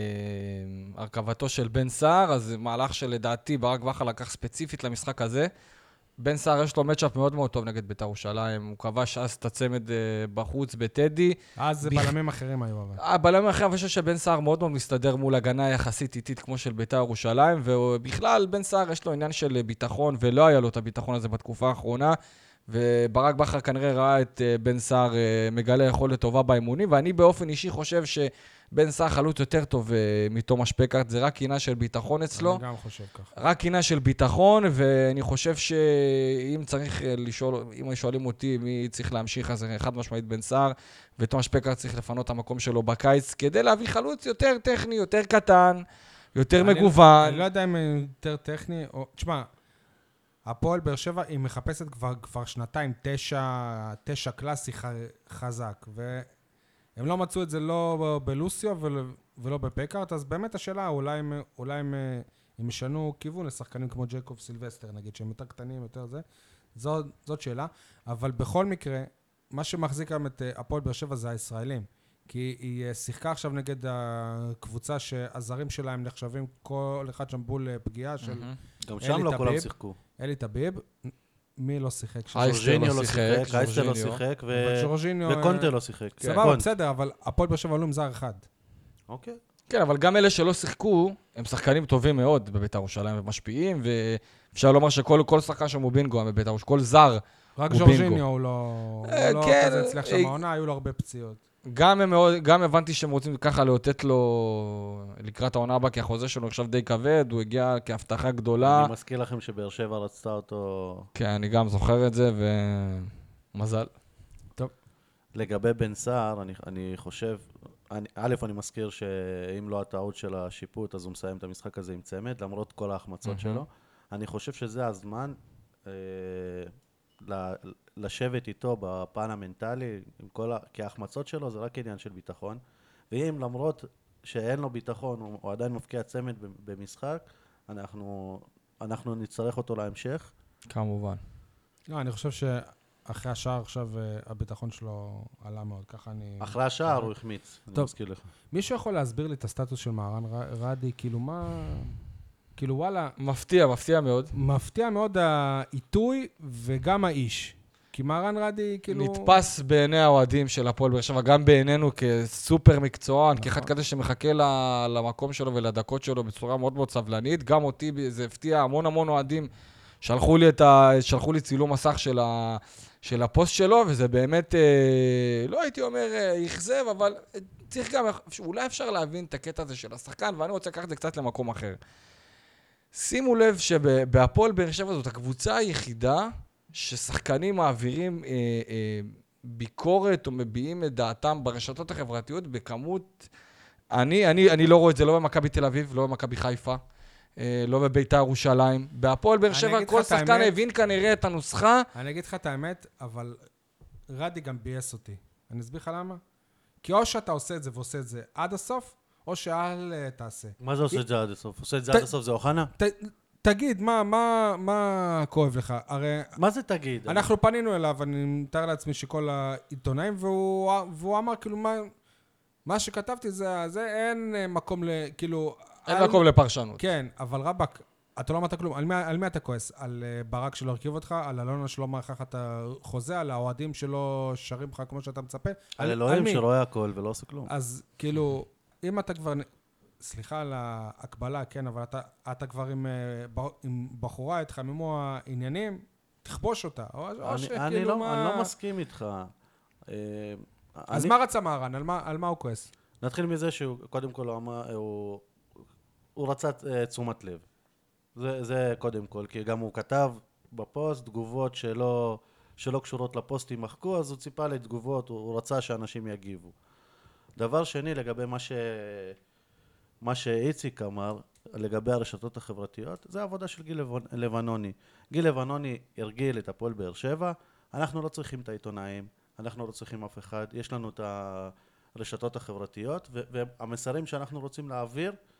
הרכבתו של בן סער, אז מהלך שלדעתי ברק בכר לקח ספציפית למשחק הזה. בן סער יש לו מצ'אפ מאוד מאוד טוב נגד בית"ר ירושלים, הוא כבש אז את הצמד בחוץ בטדי. אז בלמים אחרים היו אבל. הבלמים אחרי, אני חושב שבן סער מאוד מאוד מסתדר מול הגנה יחסית איטית כמו של בית"ר ירושלים, ובכלל בן סער יש לו עניין של ביטחון, ולא היה לו את הביטחון הזה בתקופה האחרונה, וברק בכר כנראה ראה את בן סער מגלה יכולת טובה באימונים, ואני באופן אישי חושב שבן סער חלוץ יותר טוב מתומש פקארט, זה רק עניין של ביטחון אצלו. אני גם חושב ככה. רק עניין של ביטחון, ואני חושב שאם צריך לשאול, אם שואלים אותי מי צריך להמשיך, אז חד משמעית בן סער, ותומש פקארט צריך לפנות את המקום שלו בקיץ, כדי להביא חלוץ יותר טכני, יותר קטן, יותר מגוון. אני לא יודע אם יותר טכני, או... תשמע, הפועל באר שבע היא מחפשת כבר שנתיים 9 קלאסי חזק, והם לא מצאו את זה לא בלוסיו ולא בפקארט, אז באמת השאלה, אולי הם ישנו כיוון לשחקנים כמו ג'ייקוב סילבסטר, נגיד, שהם יותר קטנים, יותר זה. זאת שאלה, אבל בכל מקרה, מה שמחזיק גם את הפועל באר שבע זה הישראלים, כי היא שיחקה עכשיו נגד הקבוצה שהזרים שלהם נחשבים כל אחד שם בול פגיעה של גם שם לא כולם שיחקו. אלי טביב, מי לא שיחק? ז'ורג'יניו לא שיחק, אייסטר לא שיחק, וקונטה לא שיחק. סבבה, בסדר, אבל הפועל באר שבע עלו עם זר אחד. אוקיי. כן, אבל גם אלה שלא שיחקו, הם שחקנים טובים מאוד בבית"ר ירושלים ומשפיעים, ואפשר לומר שכל שחקן שם הוא בינגו בבית"ר ירושלים, כל זר רק ז'ורג'יניו הוא לא כזה הצליח שם העונה, היו לו הרבה פציעות. גם הבנתי שהם רוצים ככה לאותת לו לקראת העונה הבאה, כי החוזה שלו עכשיו די כבד, הוא הגיע כהבטחה גדולה. אני מזכיר לכם שבאר שבע רצתה אותו... כן, אני גם זוכר את זה, ומזל. טוב. לגבי בן סער, אני חושב... א', אני מזכיר שאם לא הטעות של השיפוט, אז הוא מסיים את המשחק הזה עם צמד, למרות כל ההחמצות שלו. אני חושב שזה הזמן לשבת איתו בפן המנטלי, כי ההחמצות שלו זה רק עניין של ביטחון. ואם למרות שאין לו ביטחון, הוא עדיין מפקיע צמד במשחק, אנחנו נצטרך אותו להמשך. כמובן. לא, אני חושב שאחרי השער עכשיו הביטחון שלו עלה מאוד, ככה אני... אחרי השער הוא החמיץ, אני מזכיר לך. מישהו יכול להסביר לי את הסטטוס של מהרן רדי, כאילו מה... כאילו וואלה... מפתיע מאוד. מפתיע מאוד העיתוי וגם האיש. כי מהרן רדי כאילו... נתפס בעיני האוהדים של הפועל באר שבע, גם בעינינו כסופר מקצוען, כאחד כזה שמחכה למקום שלו ולדקות שלו בצורה מאוד מאוד סבלנית. גם אותי זה הפתיע, המון אוהדים שלחו לי צילום מסך של הפוסט שלו, וזה באמת, לא הייתי אומר יחזב, אבל צריך גם, אולי אפשר להבין את הקטע הזה של השחקן, ואני רוצה לקחת את זה קצת למקום אחר. שימו לב שבהפועל באר שבע זאת הקבוצה היחידה ששחקנים מעבירים ביקורת או מביעים את דעתם ברשתות החברתיות בכמות... אני לא רואה את זה לא במכבי תל אביב, לא במכבי חיפה, לא בבית"ר ירושלים. בהפועל באר שבע כל שחקן הבין כנראה את הנוסחה. אני אגיד לך את האמת, אבל רדי גם בייס אותי. אני אסביר לך למה? כי או שאתה עושה את זה ועושה את זה עד הסוף, או שאל תעשה. מה זה עושה את זה עד הסוף? עושה את זה עד הסוף זה אוחנה? תגיד, מה כואב לך? הרי... מה זה תגיד? אנחנו פנינו אליו, אני מתאר לעצמי שכל העיתונאים, והוא אמר, כאילו, מה שכתבתי זה אין מקום כאילו... אין מקום לפרשנות. כן, אבל רבק, אתה לא אמרת כלום. על מי אתה כועס? על ברק שלא הרכיב אותך? על אלונה שלא מערך לך את החוזה? על האוהדים שלא שרים לך כמו שאתה מצפה? על אלוהים שרואה הכל ולא עושה כלום. אז כאילו, אם אתה כבר... סליחה על ההקבלה, כן, אבל אתה כבר עם בחורה, התחממו העניינים, תכבוש אותה. אני לא מסכים איתך. אז מה רצה מהרן? על מה הוא כועס? נתחיל מזה שהוא, קודם כל, הוא רצה תשומת לב. זה קודם כל, כי גם הוא כתב בפוסט תגובות שלא קשורות לפוסט יימחקו, אז הוא ציפה לתגובות, הוא רצה שאנשים יגיבו. דבר שני, לגבי מה שאיציק אמר, לגבי הרשתות החברתיות, זה העבודה של גיל לבנוני. גיל לבנוני הרגיל את הפועל באר שבע, אנחנו לא צריכים את העיתונאים, אנחנו לא צריכים אף אחד, יש לנו את הרשתות החברתיות, והמסרים שאנחנו רוצים להעביר,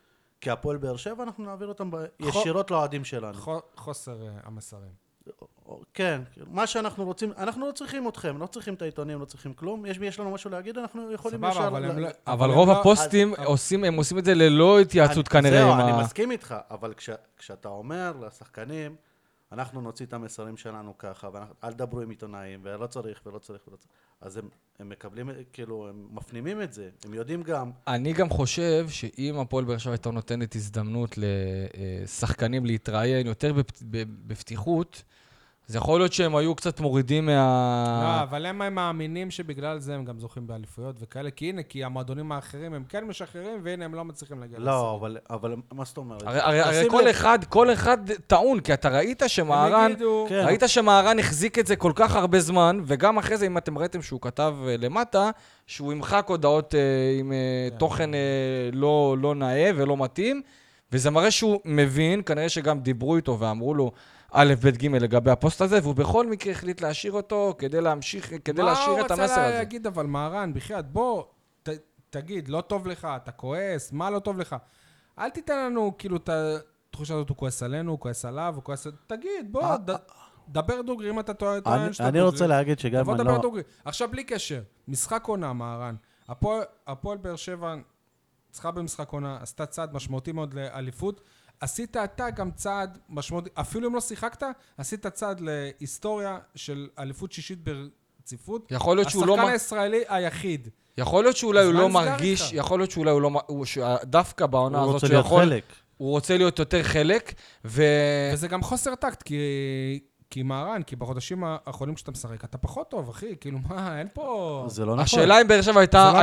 כי הפועל באר שבע, אנחנו נעביר אותם ישירות לאוהדים שלנו. חוסר המסרים. כן, מה שאנחנו רוצים, אנחנו לא צריכים אתכם, לא צריכים את העיתונים, לא צריכים כלום. יש לנו משהו להגיד, אנחנו יכולים סבבה, ישר... אבל רוב הפוסטים הם עושים את זה ללא התייעצות כנראה עם זהו, אני מסכים איתך, אבל כשאתה אומר לשחקנים, אנחנו נוציא את המסרים שלנו ככה, ואל דברו עם עיתונאים, ולא צריך, אז הם מקבלים, כאילו, הם מפנימים את זה, הם יודעים גם... אני גם חושב שאם הפועל באר שבע הייתה נותנת הזדמנות לשחקנים להתראיין יותר בפתיחות, אז יכול להיות שהם היו קצת מורידים לא, אבל הם מאמינים שבגלל זה הם גם זוכים באליפויות וכאלה, כי הנה, כי המועדונים האחרים הם כן משחררים, והנה הם לא מצליחים להגיע לסדר. לא, אבל מה זאת אומרת? הרי כל אחד טעון, כי אתה ראית שמהרן החזיק את זה כל כך הרבה זמן, וגם אחרי זה, אם אתם ראיתם שהוא כתב למטה, שהוא ימחק הודעות עם תוכן לא נאה ולא מתאים, וזה מראה שהוא מבין, כנראה שגם דיברו איתו ואמרו לו, א', ב', ג' לגבי הפוסט הזה, והוא בכל מקרה החליט להשאיר אותו כדי להמשיך, כדי להשאיר את המסר הזה. מה הוא רצה להגיד, אבל מהרן, בחייאת, בוא, תגיד, לא טוב לך, אתה כועס, מה לא טוב לך? אל תיתן לנו, כאילו, את התחושה הזאת, הוא כועס עלינו, הוא כועס עליו, הוא כועס... תגיד, בוא, דבר דוגרי, אם אתה טוען שאתה דוגרי. אני רוצה להגיד שגם תבוא דבר דוגרי. עכשיו, בלי קשר, משחק עונה, מהרן. הפועל באר שבע צריכה במשחק עונה, עשתה צעד משמעותי מאוד לאליפות, עשית אתה גם צעד משמעותי, אפילו אם לא שיחקת, עשית צעד להיסטוריה של אליפות שישית ברציפות. יכול להיות שהוא לא... השחקן הישראלי היחיד. יכול להיות שאולי הוא לא מרגיש, יכול להיות שאולי הוא לא... דווקא בעונה הזאת שהוא יכול... הוא רוצה להיות יותר חלק, וזה גם חוסר טקט, כי מהרן, כי בחודשים האחרונים שאתה משחק, אתה פחות טוב, אחי, כאילו מה, אין פה... זה לא נכון. השאלה אם באר שבע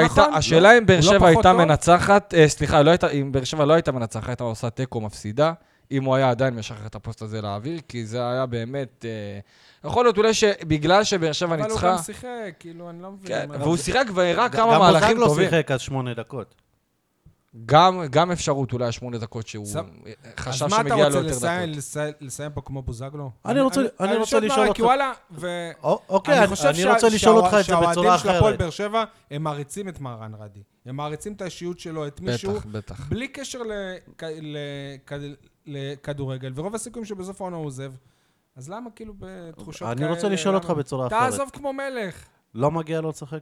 הייתה מנצחת, סליחה, אם באר שבע לא הייתה מנצחת, הייתה עושה טקו מפסידה, אם הוא היה עדיין משחרר את הפוסט הזה לאוויר, כי זה היה באמת... יכול להיות אולי שבגלל שבאר שבע ניצחה... אבל הוא גם שיחק, כאילו, אני לא מבין... כן, והוא שיחק והראה כמה מהלכים טובים. גם בוזגלו שיחק אז 8 דקות. גם אפשרות אולי 8 דקות שהוא חשב שמגיע לו יותר דקות. אז מה אתה רוצה לסיים פה כמו בוזגלו? אני רוצה לשאול אותך. אוקיי, אני רוצה לשאול אותך את זה בצורה שהאוהדים של הפועל אחרת. באר שבע, הם מעריצים את מהרן רדי. הם מעריצים את האישיות שלו, את מישהו, בלי קשר לכדורגל, ורוב הסיכויים שבסוף העונה הוא עוזב. אז למה כאילו בתחושות כאלה... אני רוצה לשאול אותך בצורה אחרת. תעזוב כמו מלך. לא מגיע לו לשחק?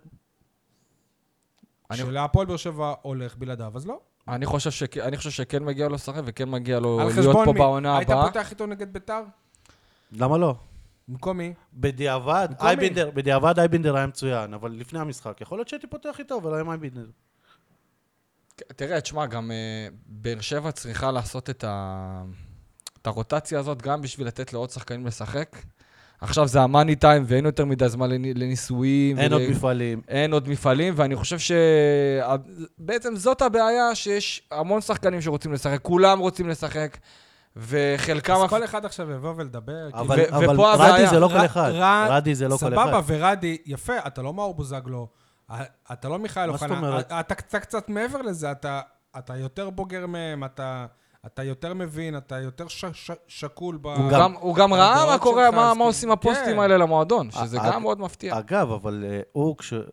שלהפועל באר שבע הולך בלעדיו, אז לא. אני חושב שכן מגיע לו לשחק, וכן מגיע לו להיות פה בעונה הבאה. היית פותח איתו נגד ביתר? למה לא? במקום מי? בדיעבד אייבינדר היה מצוין, אבל לפני המשחק, יכול להיות שהייתי פותח איתו, ולא עם אייבינדר. תראה, תשמע, גם באר שבע צריכה לעשות את הרוטציה הזאת, גם בשביל לתת לעוד שחקנים לשחק. עכשיו זה המאני טיים, ואין יותר מדי זמן לניסויים. אין עוד מפעלים, ואני חושב שבעצם זאת הבעיה, שיש המון שחקנים שרוצים לשחק, כולם רוצים לשחק, וחלקם... אז כל אחד עכשיו יבוא ולדבר. אבל רדי זה לא כל אחד. רדי זה לא כל אחד. סבבה, ורדי, יפה, אתה לא מאור בוזגלו, אתה לא מיכאל אוחנה, אתה קצת מעבר לזה, אתה יותר בוגר מהם, אתה יותר מבין, אתה יותר שקול. הוא גם ראה מה קורה, מה עושים הפוסטים האלה למועדון, שזה גם מאוד מפתיע. אגב, אבל הוא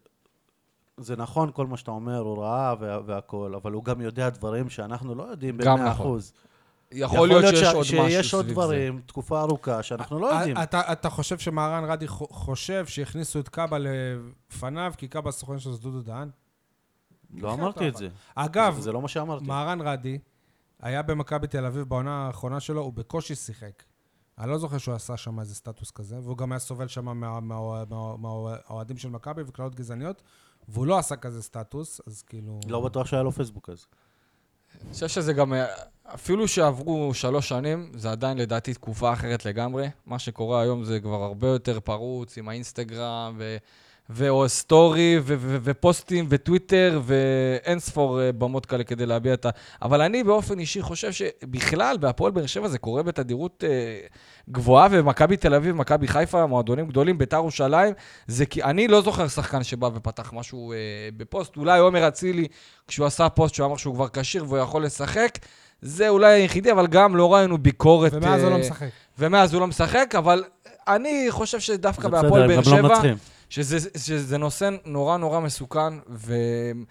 זה נכון כל מה שאתה אומר, הוא ראה והכל, אבל הוא גם יודע דברים שאנחנו לא יודעים ב-100%. יכול להיות שיש עוד דברים, תקופה ארוכה, שאנחנו לא יודעים. אתה חושב שמהרן רדי חושב שיכניסו את קאבה לפניו, כי קאבה הסוכן של דודו דהן? לא אמרתי את זה. אגב, זה לא מה שאמרתי. מהרן רדי היה במכבי תל אביב בעונה האחרונה שלו, הוא בקושי שיחק. אני לא זוכר שהוא עשה שם איזה סטטוס כזה, והוא גם היה סובל שם מהאוהדים של מכבי וכללות גזעניות, והוא לא עשה כזה סטטוס, אז כאילו... לא בטוח שהיה לו פייסבוק אז. אני חושב שזה גם, אפילו שעברו 3 שנים, זה עדיין לדעתי תקופה אחרת לגמרי. מה שקורה היום זה כבר הרבה יותר פרוץ עם האינסטגרם או סטורי ופוסטים וטוויטר ואין ספור במות כאלה כדי להביע את אבל אני באופן אישי חושב שבכלל בהפועל באר שבע זה קורה בתדירות גבוהה, ומכבי תל אביב, מכבי חיפה, מועדונים גדולים, בית"ר ירושלים, זה כי אני לא זוכר שחקן שבא ופתח משהו בפוסט. אולי עומר אצילי, כשהוא עשה פוסט שהוא אמר שהוא כבר כשיר והוא יכול לשחק, זה אולי היחידי, אבל גם לא ראינו ביקורת. ומאז הוא לא משחק. ומאז הוא לא משחק, אבל אני חושב שדווקא בהפועל באר שבע, שזה נושא נורא נורא מסוכן,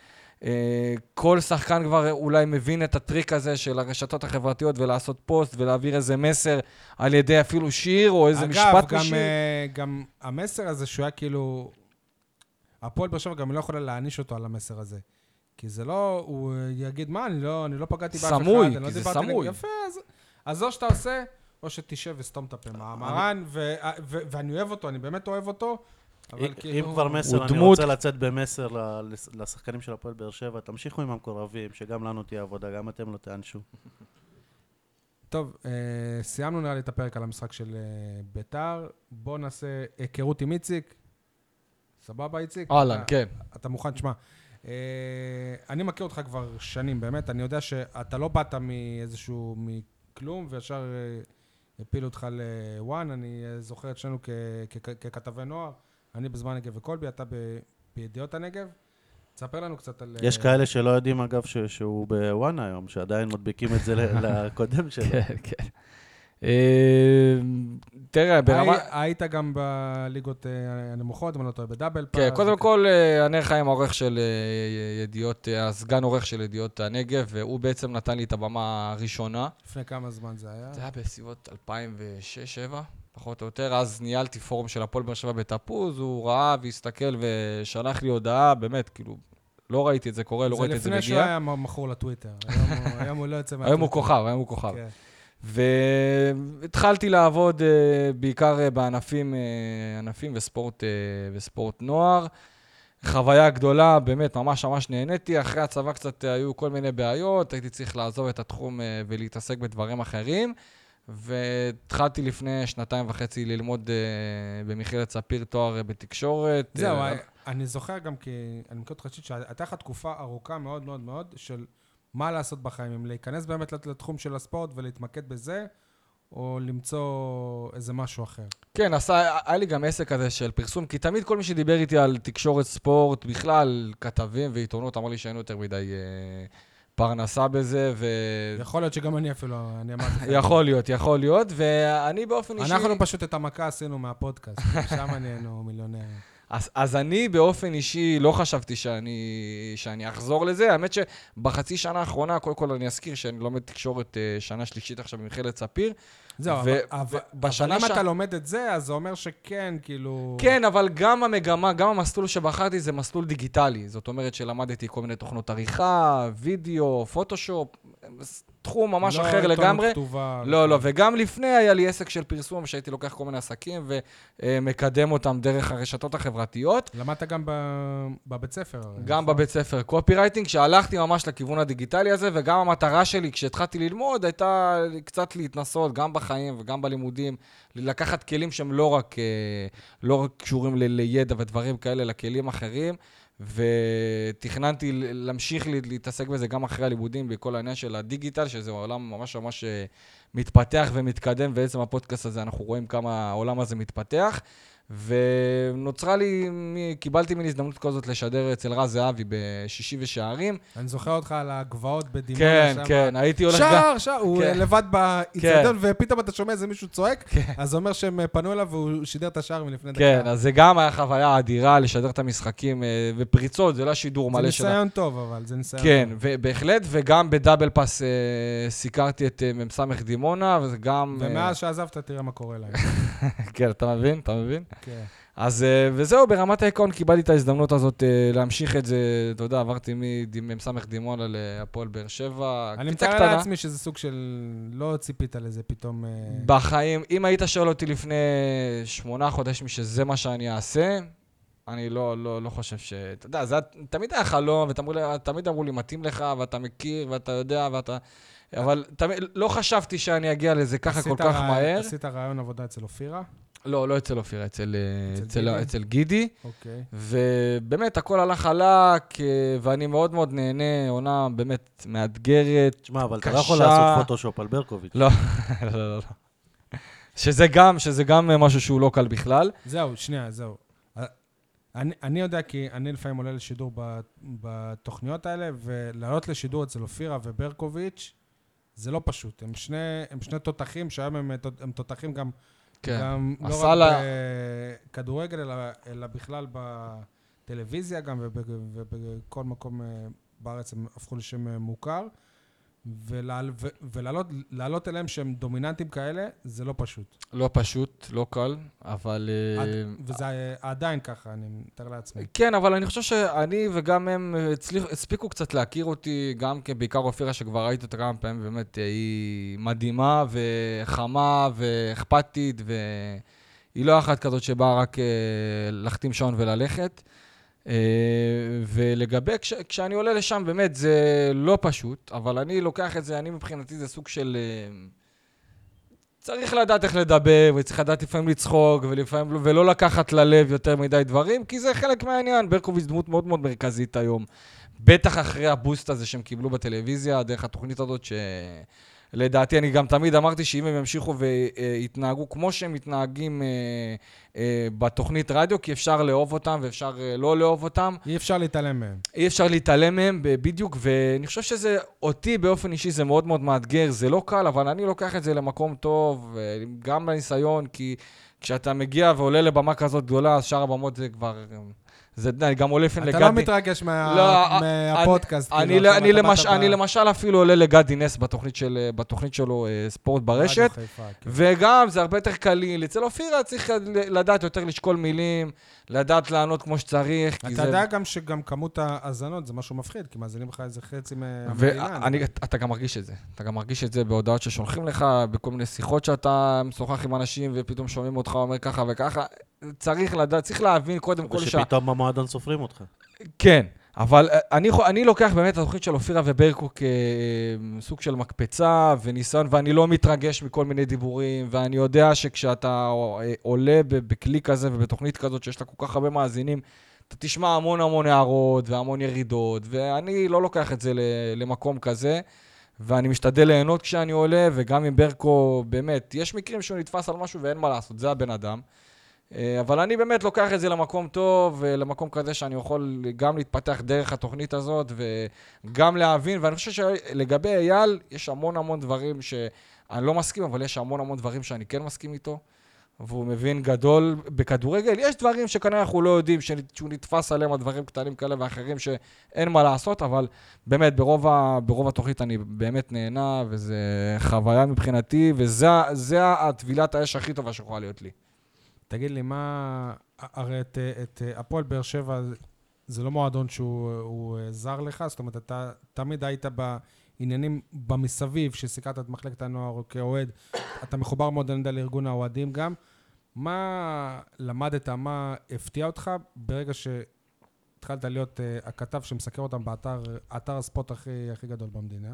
כל שחקן כבר אולי מבין את הטריק הזה של הרשתות החברתיות ולעשות פוסט ולהעביר איזה מסר על ידי אפילו שיר או איזה משפט משיר. אגב, גם המסר הזה שהוא היה כאילו... הפועל באר שבע גם לא יכולה להעניש אותו על המסר הזה. כי זה לא, הוא יגיד, מה, אני לא פגעתי באף אחד. סמוי, כי זה סמוי. יפה, אז או שאתה עושה, או שתשב וסתום את הפה. מרן, ואני אוהב אותו, אני באמת אוהב אותו, אבל כאילו... אם כבר מסר, אני רוצה לצאת במסר לשחקנים של הפועל באר שבע, תמשיכו עם המקורבים, שגם לנו תהיה עבודה, גם אתם לא תענשו. טוב, סיימנו נראה לי את הפרק על המשחק של ביתר. בואו נעשה היכרות עם איציק. סבבה, איציק? אהלן, כן. אתה מוכן, תשמע. אני מכיר אותך כבר שנים, באמת. אני יודע שאתה לא באת מאיזשהו, מכלום, וישר הפילו אותך לוואן. אני זוכר את שנינו ככתבי נוער. אני בזמן נגב וקולבי, אתה בידיעות הנגב. תספר לנו קצת על... יש כאלה שלא יודעים, אגב, שהוא בוואן היום, שעדיין מדביקים את זה לקודם שלו. כן, כן. תראה, ברמה... היית גם בליגות הנמוכות, אבל לא טועה בדאבל פאס. כן, קודם כל, אני חיים העורך של ידיעות, הסגן עורך של ידיעות הנגב, והוא בעצם נתן לי את הבמה הראשונה. לפני כמה זמן זה היה? זה היה בסביבות 2006-2007, פחות או יותר. אז ניהלתי פורום של הפועל באר שבע בתפוז, הוא ראה והסתכל ושלח לי הודעה, באמת, כאילו, לא ראיתי את זה קורה, לא ראיתי את זה מגיע. זה לפני שהוא היה מכור לטוויטר. היום הוא לא יוצא מהטוויטר. היום הוא כוכב. והתחלתי לעבוד בעיקר בענפים וספורט נוער. חוויה גדולה, באמת, ממש נהניתי. אחרי הצבא קצת היו כל מיני בעיות, הייתי צריך לעזוב את התחום ולהתעסק בדברים אחרים. והתחלתי לפני 2.5 ללמוד במכללת ספיר תואר בתקשורת. זהו, אני זוכר גם כי, אני מכיר אותך שהייתה לך תקופה ארוכה מאוד מאוד מאוד של מה לעשות בחיים, אם להיכנס באמת לתחום של הספורט ולהתמקד בזה, או למצוא איזה משהו אחר. כן, היה לי גם עסק כזה של פרסום, כי תמיד כל מי שדיבר איתי על תקשורת ספורט, בכלל כתבים ועיתונות, אמר לי שאין יותר מדי פרנסה בזה, יכול להיות שגם אני אפילו, אני אמרתי לך. יכול להיות, ואני באופן אישי... אנחנו פשוט את המכה עשינו מהפודקאסט, שם נהיינו מיליונרים. אז אני באופן אישי לא חשבתי שאני אחזור לזה. האמת שבחצי שנה האחרונה, קודם כל אני אזכיר שאני לומד תקשורת שנה שלישית עכשיו במכללת ספיר. זהו, אבל אם אתה לומד את זה, אז זה אומר שכן, כאילו... כן, אבל גם המגמה, גם המסלול שבחרתי זה מסלול דיגיטלי. זאת אומרת שלמדתי כל מיני תוכנות עריכה, וידאו, פוטושופ, תחום ממש אחר לגמרי. לא, וגם לפני היה לי עסק של פרסום שהייתי לוקח כל מיני עסקים ומקדם אותם דרך הרשתות החברתיות. למדת גם בבית ספר. גם בבית ספר קופירייטינג, שהלכתי ממש לכיוון הדיגיטלי הזה, וגם המטרה שלי כשהתחלתי ללמוד הייתה קצת להתנסות גם בחיים וגם בלימודים, לקחת כלים שהם לא רק קשורים לידע ודברים כאלה, אלא כלים אחרים. ותכננתי להמשיך להתעסק בזה גם אחרי הלימודים בכל העניין של הדיגיטל, שזה עולם ממש מתפתח ומתקדם, ובעצם הפודקאסט הזה אנחנו רואים כמה העולם הזה מתפתח, ונוצרה לי, קיבלתי מן הזדמנות כזאת לשדר אצל רז זהבי בשישי ושערים. אני זוכר אותך על הגבעות בדימונה. כן, הייתי הולך... שער, הוא לבד באיצטדיון, ופתאום אתה שומע איזה מישהו צועק, אז זה אומר שהם פנו אליו והוא שידר את השער מלפני דקה. כן, אז זה גם היה חוויה אדירה לשדר את המשחקים ופריצות, זה לא שידור מלא שלה. זה ניסיון טוב, אבל זה ניסיון טוב. כן, בהחלט, וגם בדאבל פאס סיקרתי את ממסמך דימונה, וזה גם... ומאז שעזבת תראה מה קורה להם. כן, אתה מבין? כן. אז וזהו, ברמת העיקרון קיבלתי את ההזדמנות הזאת להמשיך את זה, אתה יודע, עברתי ממסמך דימונה להפועל באר שבע. אני מתאר לעצמי שזה סוג של לא ציפית לזה פתאום... בחיים, אם היית שואל אותי לפני 8 חודשים שזה מה שאני אעשה, אני לא חושב אתה יודע, זה תמיד היה חלום, ותמיד אמרו לי, מתאים לך, ואתה מכיר, ואתה יודע, אבל לא חשבתי שאני אגיע לזה ככה כל כך מהר. עשית רעיון עבודה אצל אופירה? לא אצל אופירה, אצל גידי. אוקיי. ובאמת, הכל הלך חלק, ואני מאוד מאוד נהנה, עונה באמת מאתגרת, קשה. תשמע, אבל אתה לא יכול לעשות פוטושופ על ברקוביץ'. לא. שזה גם משהו שהוא לא קל בכלל. זהו. אני יודע כי אני לפעמים עולה לשידור בתוכניות האלה, ולעלות לשידור אצל אופירה וברקוביץ' זה לא פשוט. הם שני תותחים, שהיום הם תותחים גם לא רק בכדורגל, אלא בכלל בטלוויזיה גם ובכל מקום בארץ הם הפכו לשם מוכר, ולעלות אליהם שהם דומיננטים כאלה, זה לא פשוט. לא פשוט, לא קל, אבל... וזה עדיין ככה, אני מתאר לעצמי. כן, אבל אני חושב שאני וגם הם הספיקו קצת להכיר אותי, גם בעיקר אופירה שכבר ראיתי אותה כמה פעמים, באמת היא מדהימה וחמה ואכפתית, והיא לא אחת כזאת שבאה רק לחתים שעון וללכת. ולגבי, כשאני עולה לשם, באמת זה לא פשוט, אבל אני לוקח את זה, אני מבחינתי זה סוג של... צריך לדעת איך לדבר, וצריך לדעת לפעמים לצחוק, ולא לקחת ללב יותר מדי דברים, כי זה חלק מהעניין. ברקוביץ' דמות מאוד מאוד מרכזית היום. בטח אחרי הבוסט הזה שהם קיבלו בטלוויזיה, דרך התוכנית הזאת שלדעתי אני גם תמיד אמרתי שאם הם ימשיכו ויתנהגו כמו שהם מתנהגים בתוכנית רדיו, כי אפשר לאהוב אותם ואפשר לא לאהוב אותם. אי אפשר להתעלם מהם. אי אפשר להתעלם מהם בדיוק, ואני חושב שזה, אותי באופן אישי זה מאוד מאוד מאתגר, זה לא קל, אבל אני לוקח את זה למקום טוב, גם בניסיון, כי כשאתה מגיע ועולה לבמה כזאת גדולה, אז שאר הבמות זה כבר... זה גם עולה לפני לגדי... אתה לא מתרגש מהפודקאסט. אני למשל אפילו עולה לגדי נס בתוכנית שלו ספורט ברשת, וגם זה הרבה יותר קליל. אצל אופירה צריך לדעת יותר לשקול מילים, לדעת לענות כמו שצריך. אתה יודע גם שגם כמות האזנות זה משהו מפחיד, כי מאזינים לך איזה חצי מהמדינה. אתה גם מרגיש את זה. אתה גם מרגיש את זה בהודעות ששולחים לך, בכל מיני שיחות שאתה משוחח עם אנשים, ופתאום שומעים אותך אומר ככה וככה. צריך לדעת, צריך להבין קודם כל שפתאום במועדון סופרים אותך. כן, אבל אני לוקח באמת את התוכנית של אופירה וברקו כסוג של מקפצה וניסיון, ואני לא מתרגש מכל מיני דיבורים, ואני יודע שכשאתה עולה בכלי כזה ובתוכנית כזאת שיש לה כל כך הרבה מאזינים, אתה תשמע המון המון הערות והמון ירידות, ואני לא לוקח את זה למקום כזה, ואני משתדל ליהנות כשאני עולה, וגם עם ברקו באמת, יש מקרים שהוא נתפס על משהו ואין מה לעשות, זה הבן אדם. אבל אני באמת לוקח את זה למקום טוב, ולמקום כזה שאני יכול גם להתפתח דרך התוכנית הזאת, וגם להבין, ואני חושב שלגבי אייל, יש המון המון דברים שאני לא מסכים, אבל יש המון המון דברים שאני כן מסכים איתו, והוא מבין גדול בכדורגל. יש דברים שכנראה אנחנו לא יודעים, שהוא נתפס עליהם על דברים קטנים כאלה ואחרים שאין מה לעשות, אבל באמת ברוב התוכנית אני באמת נהנה, וזה חוויה מבחינתי, וזה הטבילת האש הכי טובה שיכולה להיות לי. תגיד לי, הרי את הפועל באר שבע, זה לא מועדון שהוא זר לך, זאת אומרת, אתה תמיד היית בעניינים במסביב, שסיכרת את מחלקת הנוער כאוהד, אתה מחובר מאוד לארגון האוהדים גם. מה למדת, מה הפתיע אותך ברגע שהתחלת להיות הכתב שמסקר אותם באתר הספורט הכי גדול במדינה?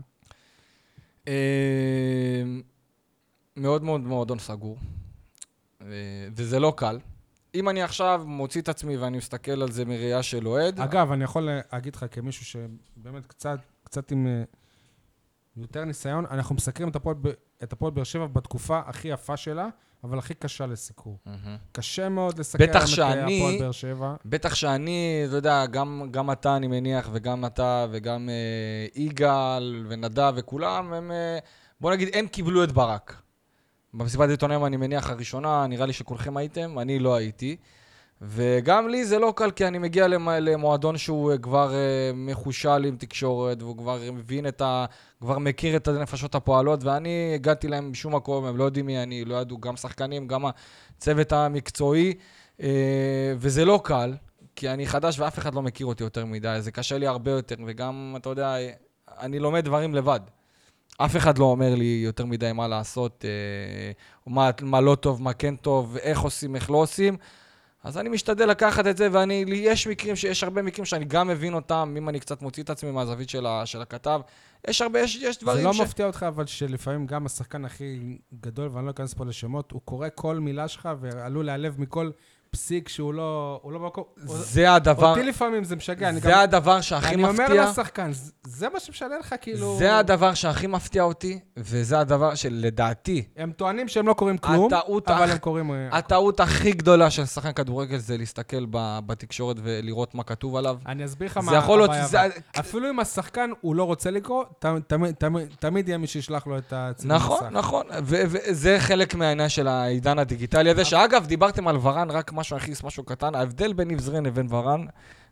מאוד מאוד מועדון סגור. וזה לא קל. אם אני עכשיו מוציא את עצמי ואני מסתכל על זה מראייה של אוהד... אגב, אני יכול להגיד לך כמישהו שבאמת קצת עם יותר ניסיון, אנחנו מסקרים את הפועל באר שבע בתקופה הכי יפה שלה, אבל הכי קשה לסיקור. קשה מאוד לסקר את הפועל באר שבע. בטח שאני, אתה יודע, גם אתה אני מניח, וגם אתה, וגם יגאל ונדב וכולם, הם, בוא נגיד, הם קיבלו את ברק. במסיבת עיתונאים אני מניח הראשונה, נראה לי שכולכם הייתם, אני לא הייתי. וגם לי זה לא קל, כי אני מגיע למועדון שהוא כבר מחושל עם תקשורת, והוא כבר מבין כבר מכיר את הנפשות הפועלות, ואני הגעתי להם בשום מקום, הם לא יודעים מי אני, לא ידעו גם שחקנים, גם הצוות המקצועי, וזה לא קל, כי אני חדש ואף אחד לא מכיר אותי יותר מדי, זה קשה לי הרבה יותר, וגם, אתה יודע, אני לומד דברים לבד. אף אחד לא אומר לי יותר מדי מה לעשות, מה לא טוב, מה כן טוב, איך עושים, איך לא עושים. אז אני משתדל לקחת את זה, יש הרבה מקרים שאני גם מבין אותם, אם אני קצת מוציא את עצמי מהזווית של הכתב. יש דברים זה לא מפתיע אותך, אבל שלפעמים גם השחקן הכי גדול, ואני לא אכנס פה לשמות, הוא קורא כל מילה שלך, ועלול להיעלב מכל פסיק שהוא לא במקום. זה הדבר... אותי לפעמים זה משגע. זה הדבר שהכי מפתיע. אני אומר לשחקן, זה מה שמשנה לך כאילו... זה הדבר שהכי מפתיע אותי, וזה הדבר שלדעתי... הם טוענים שהם לא קוראים כלום, אבל הם קוראים... הטעות הכי גדולה של שחקן כדורגל זה להסתכל בתקשורת ולראות מה כתוב עליו. אני אסביר לך מה הבעיה. אפילו אם השחקן הוא לא רוצה לקרוא, תמיד יהיה מי שישלח לו את הציבור מסך. נכון. וזה חלק מהעניין של העידן הדיגיטלי הזה, שאגב, דיברתם על ורן, רק משהו קטן, ההבדל בין ניב זרין לבין ורן,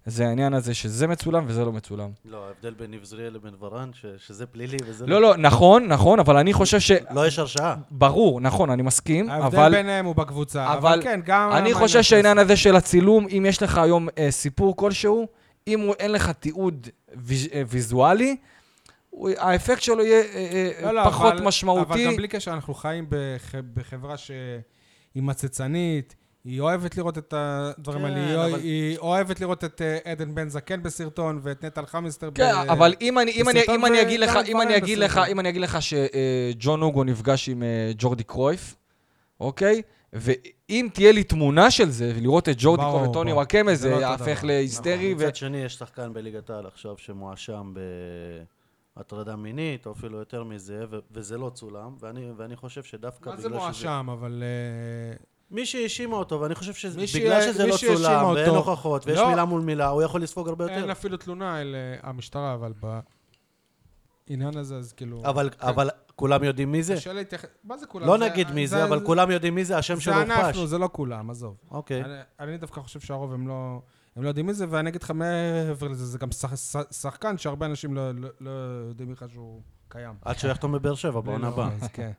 זה העניין הזה שזה מצולם וזה לא מצולם. לא, ההבדל בין נבזריאל לבין ורן, שזה פלילי וזה לא, נכון, אבל אני חושב ש... לא יש הרשעה. ברור, נכון, אני מסכים, ההבדל אבל... ביניהם הוא בקבוצה, אבל כן, גם... אני חושב שהעניין הזה של הצילום, אם יש לך היום סיפור כלשהו, אם אין לך תיעוד ויזואלי, האפקט שלו יהיה פחות משמעותי. אבל גם בלי קשר, אנחנו חיים בחברה שהיא מצצנית, היא אוהבת לראות את הדברים האלה, היא אוהבת לראות את עדן בן זקן בסרטון, ואת נטל חמיסטר כן, אבל אם אני אגיד לך שג'ון הוגו נפגש עם ג'ורדי קרויף, אוקיי? ואם תהיה לי תמונה של זה, ולראות את ג'ורדי קרויף וטוני וואקמה, זה יהפך להיסטרי. מצד שני, יש שחקן בליגת העל עכשיו שמואשם בהטרדה מינית, או אפילו יותר מזה, וזה לא צולם, ואני חושב שדווקא בגלל שזה... מה זה מואשם, אבל... מי שהאשימה אותו, ואני חושב שבגלל שזה לא צולם, ואין הוכחות, ויש מילה מול מילה, הוא יכול לספוג הרבה יותר. אין אפילו תלונה אל המשטרה, אבל בעניין הזה, אז כאילו... אבל כולם יודעים מי זה? מה זה כולם? לא נגיד מי זה, אבל כולם יודעים מי זה, השם שלו הוכפש. זה אנחנו, זה לא כולם, עזוב. אוקיי. אני דווקא חושב שהרוב הם לא יודעים מי זה, ואני אגיד לך מעבר לזה, זה גם שחקן שהרבה אנשים לא יודעים בכלל שהוא קיים. עד שהוא יחתום בבאר שבע, בעונה הבאה. כן.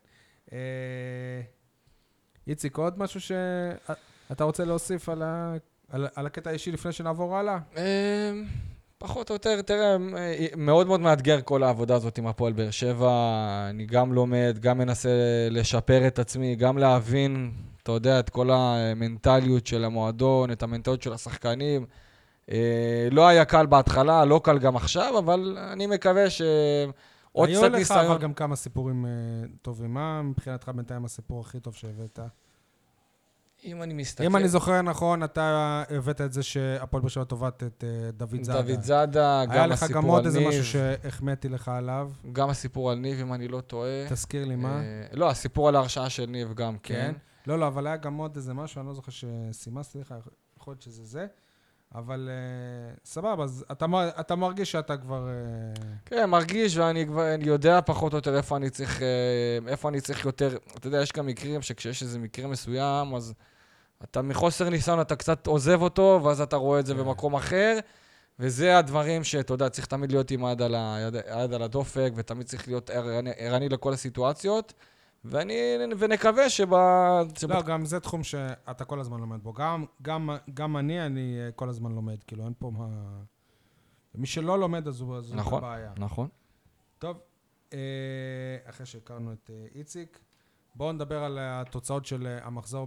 איציק, עוד משהו שאתה רוצה להוסיף על הקטע האישי לפני שנעבור הלאה? פחות או יותר, תראה, מאוד מאוד מאתגר כל העבודה הזאת עם הפועל באר שבע. אני גם לומד, גם מנסה לשפר את עצמי, גם להבין, אתה יודע, את כל המנטליות של המועדון, את המנטליות של השחקנים. לא היה קל בהתחלה, לא קל גם עכשיו, אבל אני מקווה שעוד קצת ניסיון. היו לך אבל גם כמה סיפורים טובים. מה מבחינתך בינתיים הסיפור הכי טוב שהבאת? אם אני מסתכל... אם אני זוכר נכון, אתה הבאת את זה שהפועל באר שבע תובעת את דוד זאדה. דוד זאדה, גם הסיפור על ניב. היה לך גם עוד איזה משהו שהחמאתי לך עליו. גם הסיפור על ניב, אם אני לא טועה. תזכיר לי מה. לא, הסיפור על ההרשעה של ניב גם, כן. לא, אבל היה גם עוד איזה משהו, אני לא זוכר שסימסתי לך, יכול להיות שזה זה. אבל סבבה, אז אתה מרגיש שאתה כבר... כן, מרגיש, ואני יודע פחות או יותר איפה אני צריך יותר... אתה יודע, יש גם מקרים שכשיש איזה מקרה מסוים, אז אתה מחוסר ניסיון, אתה קצת עוזב אותו, ואז אתה רואה את זה במקום אחר, וזה הדברים שאתה יודע, צריך תמיד להיות עם היד על הדופק, ותמיד צריך להיות ערני לכל הסיטואציות, ונקווה לא, גם זה תחום שאתה כל הזמן לומד בו. גם אני כל הזמן לומד, כאילו אין פה מה... מי שלא לומד, אז הוא בבעיה. נכון. טוב, אחרי שהכרנו את איציק, בואו נדבר על התוצאות של המחזור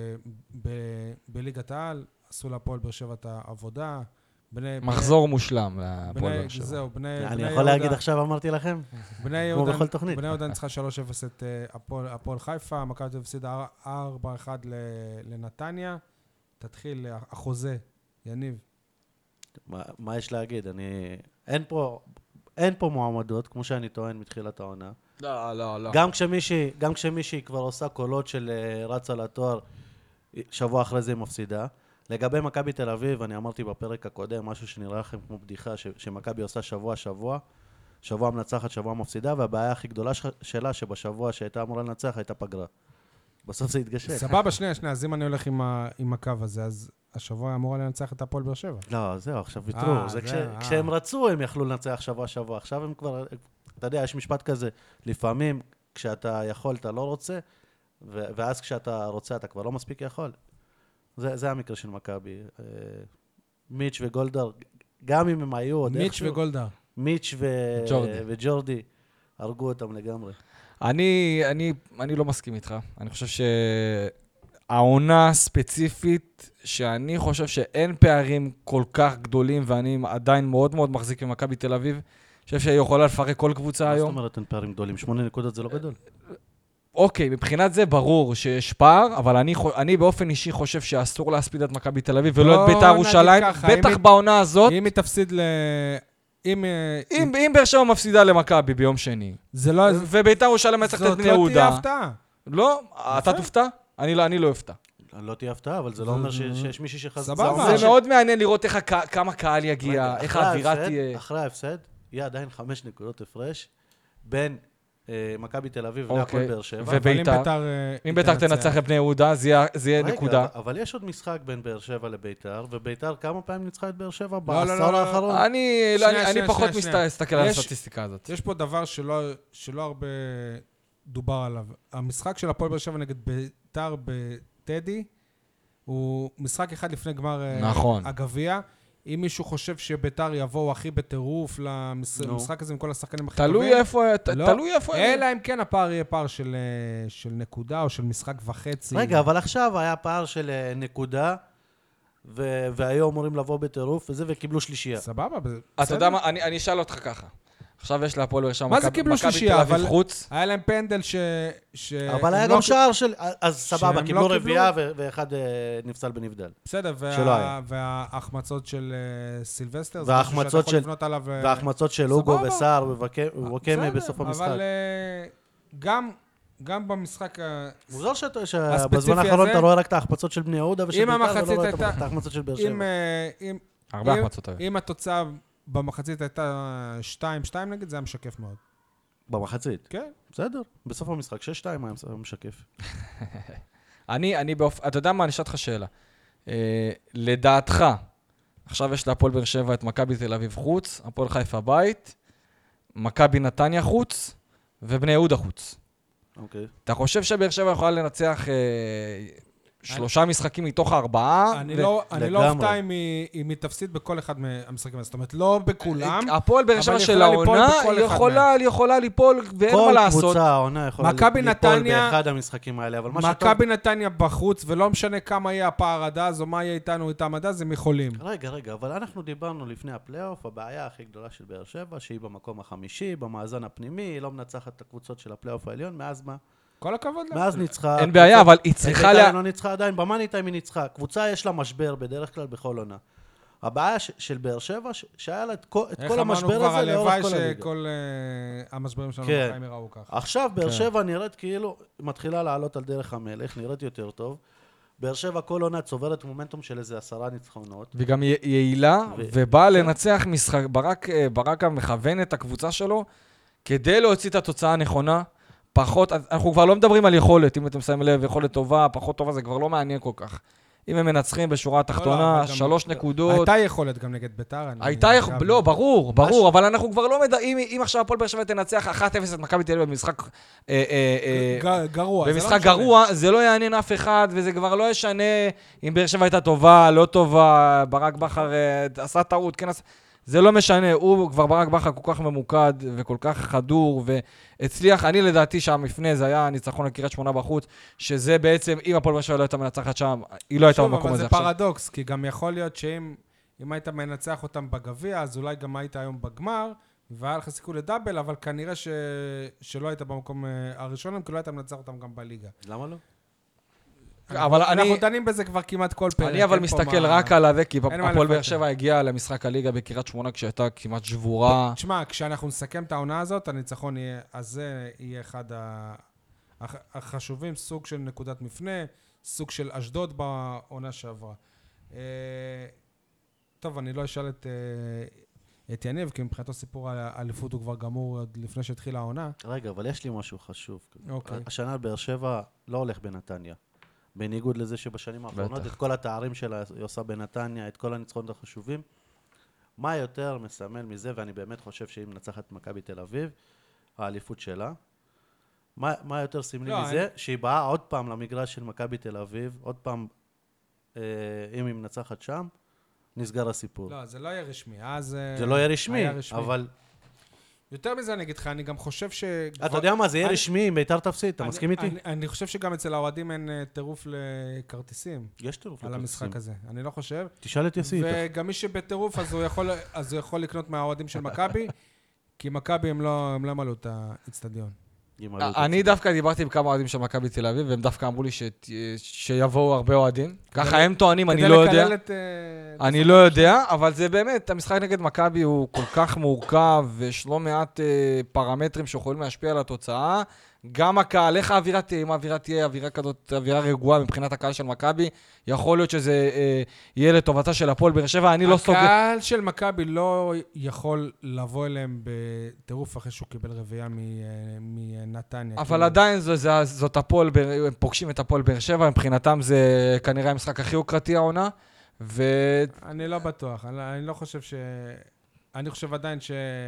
בליגת העל. עשו להפועל באר שבע את העבודה. מחזור מושלם להפועל באר שבע. זהו, אני יכול להגיד עכשיו, אמרתי לכם? כמו בכל תוכנית. בני יהודה ניצחה 3-0 את הפועל חיפה, מכבי תל אביב הפסידה 4-1 לנתניה. תתחיל החוזה, יניב. מה יש להגיד? אין פה מועמדות, כמו שאני טוען מתחילת העונה. לא. גם כשמישהי כבר עושה קולות של רצה לתואר, שבוע אחרי זה היא מפסידה. לגבי מכבי תל אביב, אני אמרתי בפרק הקודם, משהו שנראה לכם כמו בדיחה, שמכבי עושה שבוע מנצחת, שבוע מפסידה, והבעיה הכי גדולה שלה, שבשבוע שהייתה אמורה לנצח, הייתה פגרה. בסוף זה התגשק. סבבה, שנייה, אז אם אני הולך עם הקו הזה, אז השבוע אמורה לנצח את הפועל באר שבע. לא, זהו, עכשיו ויתרו. כשהם רצו, הם יכלו לנצח שבוע. עכשיו הם כבר, אתה יודע, יש משפט כזה, לפעמים כשאתה יכול, אתה לא רוצה, ואז כשאתה רוצה, אתה כבר לא מספיק יכול. זה המקרה של מכבי. מיץ' וגולדהר, גם אם הם היו עוד איכשהו... מיץ' וג'ורדי הרגו אותם לגמרי. אני לא מסכים איתך. אני חושב שהעונה ספציפית, שאני חושב שאין פערים כל כך גדולים, ואני עדיין מאוד מאוד מחזיק במכבי תל אביב, אני חושב שהיא יכולה לפרק כל קבוצה היום. מה זאת אומרת אין פערים גדולים? 8 נקודות זה לא גדול. אוקיי, מבחינת זה ברור שיש פער, אבל אני באופן אישי חושב שאסור להספיד את מכבי תל אביב ולא את בית"ר ירושלים, בטח בעונה הזאת. אם היא תפסיד אם באר שבע מפסידה למכבי ביום שני, ובית"ר ירושלים מצחת את בני יהודה. זאת לא תהיה הפתעה. לא, אתה תופתע? אני לא אפתע. לא תהיה הפתעה, אבל זה לא אומר שיש מישהי שחזר. זה מאוד מעניין לראות כמה קהל יגיע, איך האווירה תהיה. אחרי ההפסד, יהיה עדיין 5 נקודות הפרש בין מכבי תל אביב אוקיי. להפועל באר שבע. וביתר? אם ביתר תנצח את בני יהודה, זה יהיה רגע, נקודה. אבל יש עוד משחק בין באר שבע לביתר, וביתר כמה פעמים ניצחה את באר שבע לא, בעשור האחרון? אני פחות שנייה. מסתכל על יש- הסטטיסטיקה הזאת. יש פה דבר שלא הרבה דובר עליו. המשחק של הפועל באר שבע נגד ביתר בטדי, הוא משחק אחד לפני גמר נכון. הגביע. אם מישהו חושב שביתר יבואו הכי בטירוף נו. למשחק הזה עם כל השחקנים הכי טובים, תלוי איפה... לא. תלוי איפה... אלא אם כן הפער יהיה פער של נקודה או של משחק וחצי. רגע, אבל עכשיו היה פער של נקודה, והיו אמורים לבוא בטירוף וזה, וקיבלו שלישייה. סבבה, אתה יודע מה? אני אשאל אותך ככה. עכשיו יש להפועל באר שבע מה זה קיבלו מכבי שלישייה? תל אביב אבל- חוץ. היה להם פנדל אבל היה הם לא- גם שער של... אז סבבה, שהם קיבלו לא קיבלו? רביעייה ואחד נפסל בנבדל. בסדר, שלא היה. וההחמצות של סילבסטר, זה משהו שאתה וההחמצות יכול של... לבנות עליו... וההחמצות של אוגו סבבה. וסער ווואקמה בסדר, בסוף המשחק. אבל גם במשחק... מוזר שבזמן הספציפי האחרון הזה- אתה רואה רק את ההחמצות של בני יהודה ושל אם בית"ר, המחצית ולא רואה הייתה- את ההחמצות של באר אם, שבע. הרבה אם- החמצות היו. אם התוצאה במחצית הייתה 2-2 נגיד, זה היה משקף מאוד. במחצית. כן. בסדר, בסוף המשחק 6-2 היה משקף. אתה יודע מה? אני אשאל אותך שאלה. לדעתך, עכשיו יש להפועל באר שבע את מכבי תל אביב חוץ, הפועל חיפה בית, מכבי נתניה חוץ, ובני יהודה חוץ. אוקיי. אתה חושב שבאר שבע יכולה לנצח 3 משחקים מתוך 4? אני לא לגמרי. אופתע אם היא תפסיד בכל אחד מהמשחקים האלה. זאת אומרת, לא בכולם. הפועל באר אבל שבע היא של יכולה ליפול העונה, בכל היא אחד יכולה ליפול ואין מה כל לעשות. קבוצה העונה יכולה מכבי ליפול נתניה- באחד המשחקים האלה, אבל מה שטוב... מכבי נתניה בחוץ, ולא משנה כמה יהיה הפער עד אז, או מה יהיה איתם עד אז, הם יכולים. רגע, אבל אנחנו דיברנו לפני הפלייאוף, הבעיה הכי גדולה של באר שבע, שהיא במקום החמישי, במאזן הפנימי, היא לא מנצחת את הקבוצות של הפלייאוף העליון, מאז מה? כל הכבוד לה. מאז ניצחה... אין בעיה, אבל היא צריכה... בית"ר לא ניצחה עדיין, במאני טיים היא ניצחה. קבוצה יש לה משבר בדרך כלל בכל עונה. הבעיה של באר שבע, שהיה לה את כל המשבר הזה לאורך כל הליגה. שכל המשברים שלנו כן. בחיים יראו ככה. עכשיו באר כן. שבע נראית כאילו, מתחילה לעלות על דרך המלך, נראית יותר טוב. באר שבע כל עונה צוברת מומנטום של איזה 10 ניצחונות. והיא גם יעילה, ו- ובאה לנצח משחק. ברק גם מכוון את הקבוצה שלו, כדי להוציא את התוצאה הנכונה. פחות, אנחנו כבר לא מדברים על יכולת, אם אתם שמים לב, יכולת טובה, פחות טובה, זה כבר לא מעניין כל כך. אם הם מנצחים בשורה התחתונה, אבל גם- 3 נקודות. הייתה יכולת גם נגד ביתר. לא, ברור, אבל אנחנו כבר לא מדעים, אם עכשיו הפועל באר שבע תנצח 1-0 את מכבי תל אביב במשחק גרוע. זה לא במשחק משנה. גרוע, זה לא יעניין אף אחד, וזה כבר לא ישנה אם באר שבע הייתה טובה, לא טובה, ברק בכר עשה טעות, כן עשה... זה לא משנה, הוא כבר ברק בכר כל כך ממוקד וכל כך חדור, והצליח, אני לדעתי שהמפנה זה היה ניצחון על קריית שמונה בחוץ, שזה בעצם, אם הפועל באר שבע לא הייתה מנצחת שם, היא לא הייתה במקום הזה אבל עכשיו. זה פרדוקס, כי גם יכול להיות שאם היית מנצח אותם בגביע, אז אולי גם היית היום בגמר, והיה לך סיכוי לדאבל, אבל כנראה שלא היית במקום הראשון, כי לא היית מנצח אותם גם בליגה. למה לא? אבל אנחנו דנים בזה כבר כמעט כל פרק. אני אבל אין פה מסתכל מה- רק על זה, כי אין מה הפועל באר לפטר. שבע הגיע למשחק הליגה בקריית שמונה כשהייתה כמעט שבורה. תשמע, כשאנחנו נסכם את העונה הזאת, הניצחון הזה יהיה אחד החשובים, סוג של נקודת מפנה, סוג של אשדוד בעונה שעברה. טוב, אני לא אשאל את יניב, כי מבחינתו סיפור האליפות הוא כבר גמור עוד לפני שהתחילה העונה. רגע, אבל יש לי משהו חשוב. אוקיי. השנה באר שבע לא הולך בנתניה. בניגוד לזה שבשנים האחרונות, בטח. את כל התארים שלה היא עושה בנתניה, את כל הניצחונות החשובים. מה יותר מסמל מזה, ואני באמת חושב שהיא מנצחת את מכבי תל אביב, האליפות שלה. מה יותר סמלי לא, מזה? שהיא באה עוד פעם למגרש של מכבי תל אביב, עוד פעם, אם היא מנצחת שם, נסגר הסיפור. לא, זה לא יהיה רשמי. אז זה לא יהיה רשמי, היה רשמי. אבל יותר מזה אני אגיד לך, אני גם חושב ש... אתה יודע מה, זה יהיה אני- רשמי אם בית"ר תפסיד, אתה מסכים איתי? אני חושב שגם אצל האוהדים אין טירוף לכרטיסים יש טירוף על לכרטיסים. המשחק הזה. אני לא חושב. תשאל את יסי איתך. וגם מי שבטירוף, אז הוא יכול לקנות מהאוהדים של מכבי, כי מכבי הם לא מלאו את האצטדיון. עם עלות אני תקציבית. דווקא דיברתי עם כמה אוהדים של מכבי תל אביב, והם דווקא אמרו לי שיבואו הרבה אוהדים. ככה הם טוענים, אני לא יודע. כדי לקלל את... אני לא יודע, אבל זה באמת, המשחק נגד מכבי הוא כל כך מורכב, ויש לא מעט פרמטרים שיכולים להשפיע על התוצאה. גם הקהל, איך האווירה תהיה, אם האווירה תהיה אווירה כזאת, אווירה רגועה מבחינת הקהל של מכבי, יכול להיות שזה יהיה לטובתה של הפועל באר שבע, אני לא סוגר... הקהל של מכבי לא יכול לבוא אליהם בטירוף אחרי שהוא קיבל רביעייה מנתניה. אבל עדיין זאת הפועל, הם פוגשים את הפועל באר שבע, מבחינתם זה כנראה המשחק הכי יוקרתי העונה, אני לא בטוח, אני לא חושב אני חושב עדיין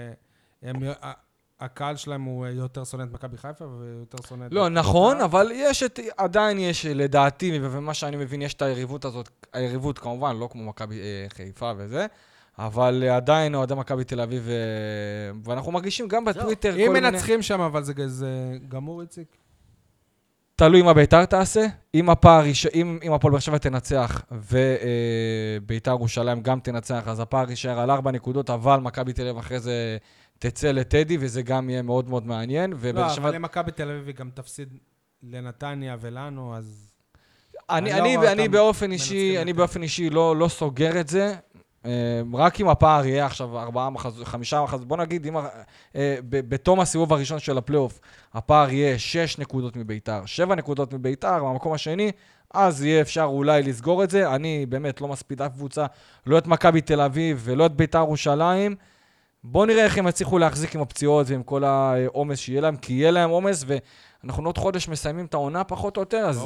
הקהל שלהם הוא יותר שונא את מכבי חיפה ויותר שונא את... לא, נכון, אבל עדיין יש, לדעתי, ומה שאני מבין, יש את היריבות הזאת, היריבות כמובן, לא כמו מכבי חיפה וזה, אבל עדיין אוהדי מכבי תל אביב, ואנחנו מרגישים גם בטוויטר אם מנצחים שם, אבל זה גמור, איציק. תלוי מה ביתר תעשה, אם הפועל באר שבע תנצח וביתר ירושלים גם תנצח, אז הפער יישאר על 4 נקודות, אבל מכבי תל אביב אחרי זה תצא לטדי, וזה גם יהיה מאוד מאוד מעניין. לא, אבל אם מכבי תל אביב גם תפסיד לנתניה ולנו, אז... אני באופן אישי לא סוגר את זה, רק אם הפער יהיה עכשיו 5 מחזות, בוא נגיד, בתום הסיבוב הראשון של הפלייאוף, הפער יהיה 6 נקודות מביתר, 7 נקודות מביתר, במקום השני, אז יהיה אפשר אולי לסגור את זה. אני באמת לא מספיד אף קבוצה, לא את מכבי תל אביב ולא את ביתר ירושלים. בואו נראה איך הם יצליחו להחזיק עם הפציעות ועם כל העומס שיהיה להם, כי יהיה להם עומס, ואנחנו עוד חודש מסיימים את העונה פחות או יותר, אז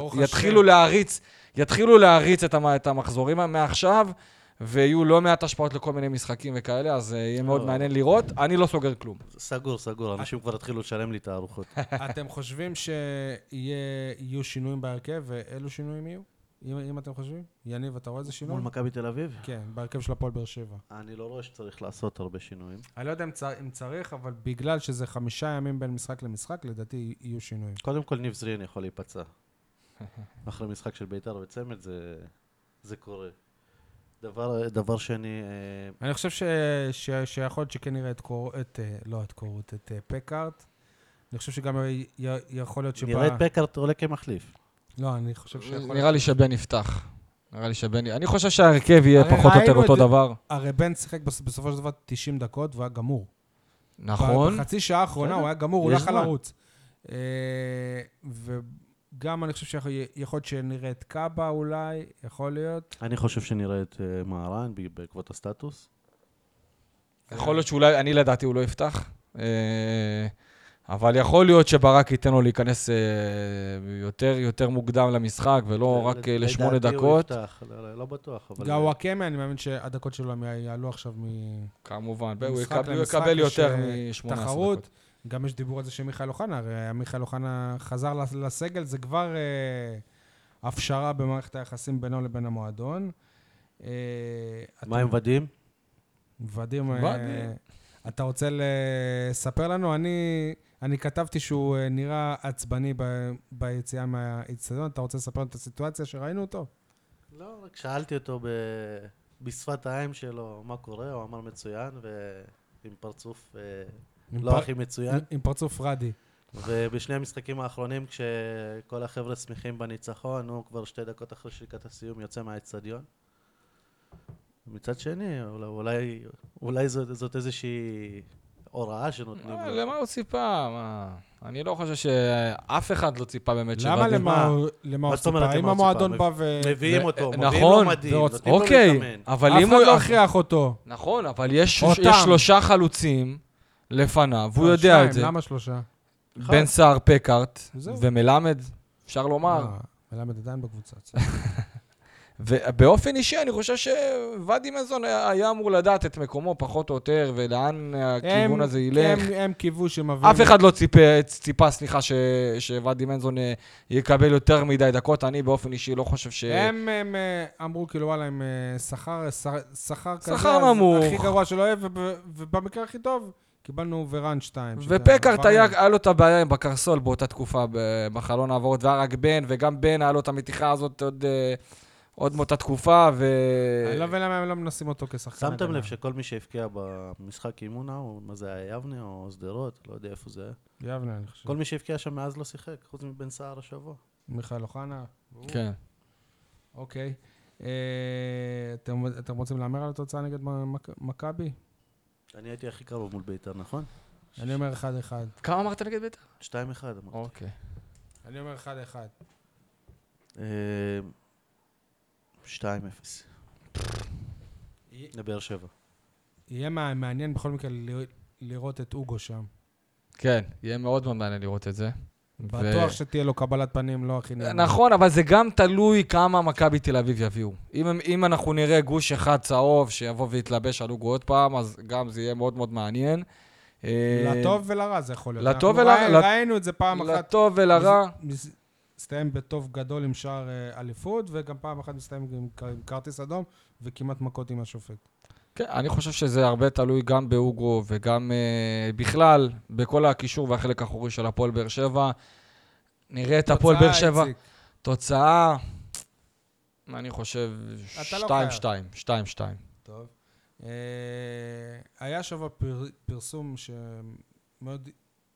יתחילו להריץ את המחזורים מעכשיו, ויהיו לא מעט השפעות לכל מיני משחקים וכאלה, אז יהיה מאוד מעניין לראות. אני לא סוגר כלום. סגור, אנשים כבר התחילו לשלם לי את הארוחות. אתם חושבים שיהיו שינויים בהרכב, ואילו שינויים יהיו? אם אתם חושבים? יניב, אתה רואה איזה שינוי? מול מכבי תל אביב? כן, בהרכב של הפועל באר שבע. אני לא רואה שצריך לעשות הרבה שינויים. אני לא יודע אם צריך, אבל בגלל שזה 5 ימים בין משחק למשחק, לדעתי יהיו שינויים. קודם כל ניב זרין יכול להיפצע. אחרי משחק של ביתר וצמד זה קורה. דבר שני... אני חושב שיכול להיות שכן נראה את פקארט. אני חושב שגם יכול להיות שבא... נראה את פקארט עולה כמחליף. לא, אני חושב שיכול... נראה לי שבן יפתח. אני חושב שהרכב יהיה פחות או יותר אותו דבר. הרי בן שיחק בסופו של דבר 90 דקות והוא היה גמור. נכון. בחצי שעה האחרונה הוא היה גמור, הוא לא יכול לרוץ. וגם אני חושב שיכול להיות שנראה את קאבה אולי, יכול להיות. אני חושב שנראה את מהרן בעקבות הסטטוס. יכול להיות שאולי, אני לדעתי הוא לא יפתח. אבל יכול להיות שברק ייתן לו להיכנס יותר מוקדם למשחק, ולא רק ל8 דקות. לדעתי הוא יפתח, לא בטוח. גם וואקמה, אני מאמין שהדקות שלו יעלו עכשיו כמובן, הוא יקבל יותר מ18 דקות. גם יש דיבור על זה שמיכאל אוחנה, הרי מיכאל אוחנה חזר לסגל, זה כבר הפשרה במערכת היחסים בינו לבין המועדון. מה עם ודים? ודים, אתה רוצה לספר לנו? אני כתבתי שהוא נראה עצבני ביציאה מהאצטדיון. אתה רוצה לספר לנו את הסיטואציה שראינו אותו? לא, רק שאלתי אותו בשפת העין שלו מה קורה, הוא אמר מצוין, ועם פרצוף לא הכי מצוין. עם פרצוף רדי. ובשני המשחקים האחרונים, כשכל החבר'ה שמחים בניצחון, הוא כבר 2 דקות אחרי שריקת הסיום יוצא מהאצטדיון. מצד שני, אולי זאת איזושהי הוראה שנותנים לו. למה הוא ציפה? אני לא חושב שאף אחד לא ציפה באמת למה למה הוא ציפה? אם המועדון בא מביאים אותו, מביאים נכון, לו מדהים, נותנים לו אוקיי, להתאמן. אבל אף אם אחד הוא... לא הכריח אותו. נכון, אבל יש 3 חלוצים לפניו, והוא יודע את זה. למה 3? בן סער, פקארט ומלמד, אפשר לומר. מלמד עדיין בקבוצה. ובאופן אישי אני חושב שוואדי מזון היה אמור לדעת את מקומו פחות או יותר, ולאן הכיוון הזה ילך. הם קיוו שמביאים... אף אחד לא ציפה, סליחה, שוואדי מזון יקבל יותר מדי דקות. אני באופן אישי לא חושב ש... הם אמרו כאילו וואלה, הם שכר כזה, שכר נמוך. הכי גרוע שלא יהיה, ובמקרה הכי טוב, קיבלנו ורן 2. ופקארט היה לו את הבעיה עם בקרסול באותה תקופה בחלון העברות, והרג בן, וגם בן היה לו את המתיחה הזאת עוד מאותה תקופה, אני לא מבין למה הם לא מנסים אותו כשחקן. שמתם לב שכל מי שהבקיע במשחק אימון ההוא, מה זה היה, יבנה או שדרות? לא יודע איפה זה היה. יבנה, אני חושב. כל מי שהבקיע שם מאז לא שיחק, חוץ מבן סער השבוע. מיכאל אוחנה. כן. אוקיי. אתם רוצים להמר על התוצאה נגד מכבי? אני הייתי הכי קרוב מול בית"ר, נכון? אני אומר 1-1. כמה אמרת נגד בית"ר? 2-1 אמרתי. אוקיי. אני אומר 1-1. 2-0. לבאר שבע. יהיה מעניין בכל מקרה לראות את אוגו שם. כן, יהיה מאוד מאוד מעניין לראות את זה. בטוח שתהיה לו קבלת פנים לא הכי נעמה. נכון, אבל זה גם תלוי כמה מכבי תל אביב יביאו. אם אנחנו נראה גוש אחד צהוב שיבוא ויתלבש על אוגו עוד פעם, אז גם זה יהיה מאוד מאוד מעניין. לטוב ולרע זה יכול להיות. לטוב ולרע. ראינו את זה פעם אחת. לטוב ולרע. מסתיים בטוב גדול עם שער אליפות, וגם פעם אחת מסתיים עם כרטיס אדום, וכמעט מכות עם השופט. כן, אני חושב שזה הרבה תלוי גם באוגו, וגם בכלל, בכל הקישור והחלק האחורי של הפועל באר שבע. נראה את הפועל באר שבע. תוצאה, אני חושב, 2-2. טוב. היה שבוע פרסום שמאוד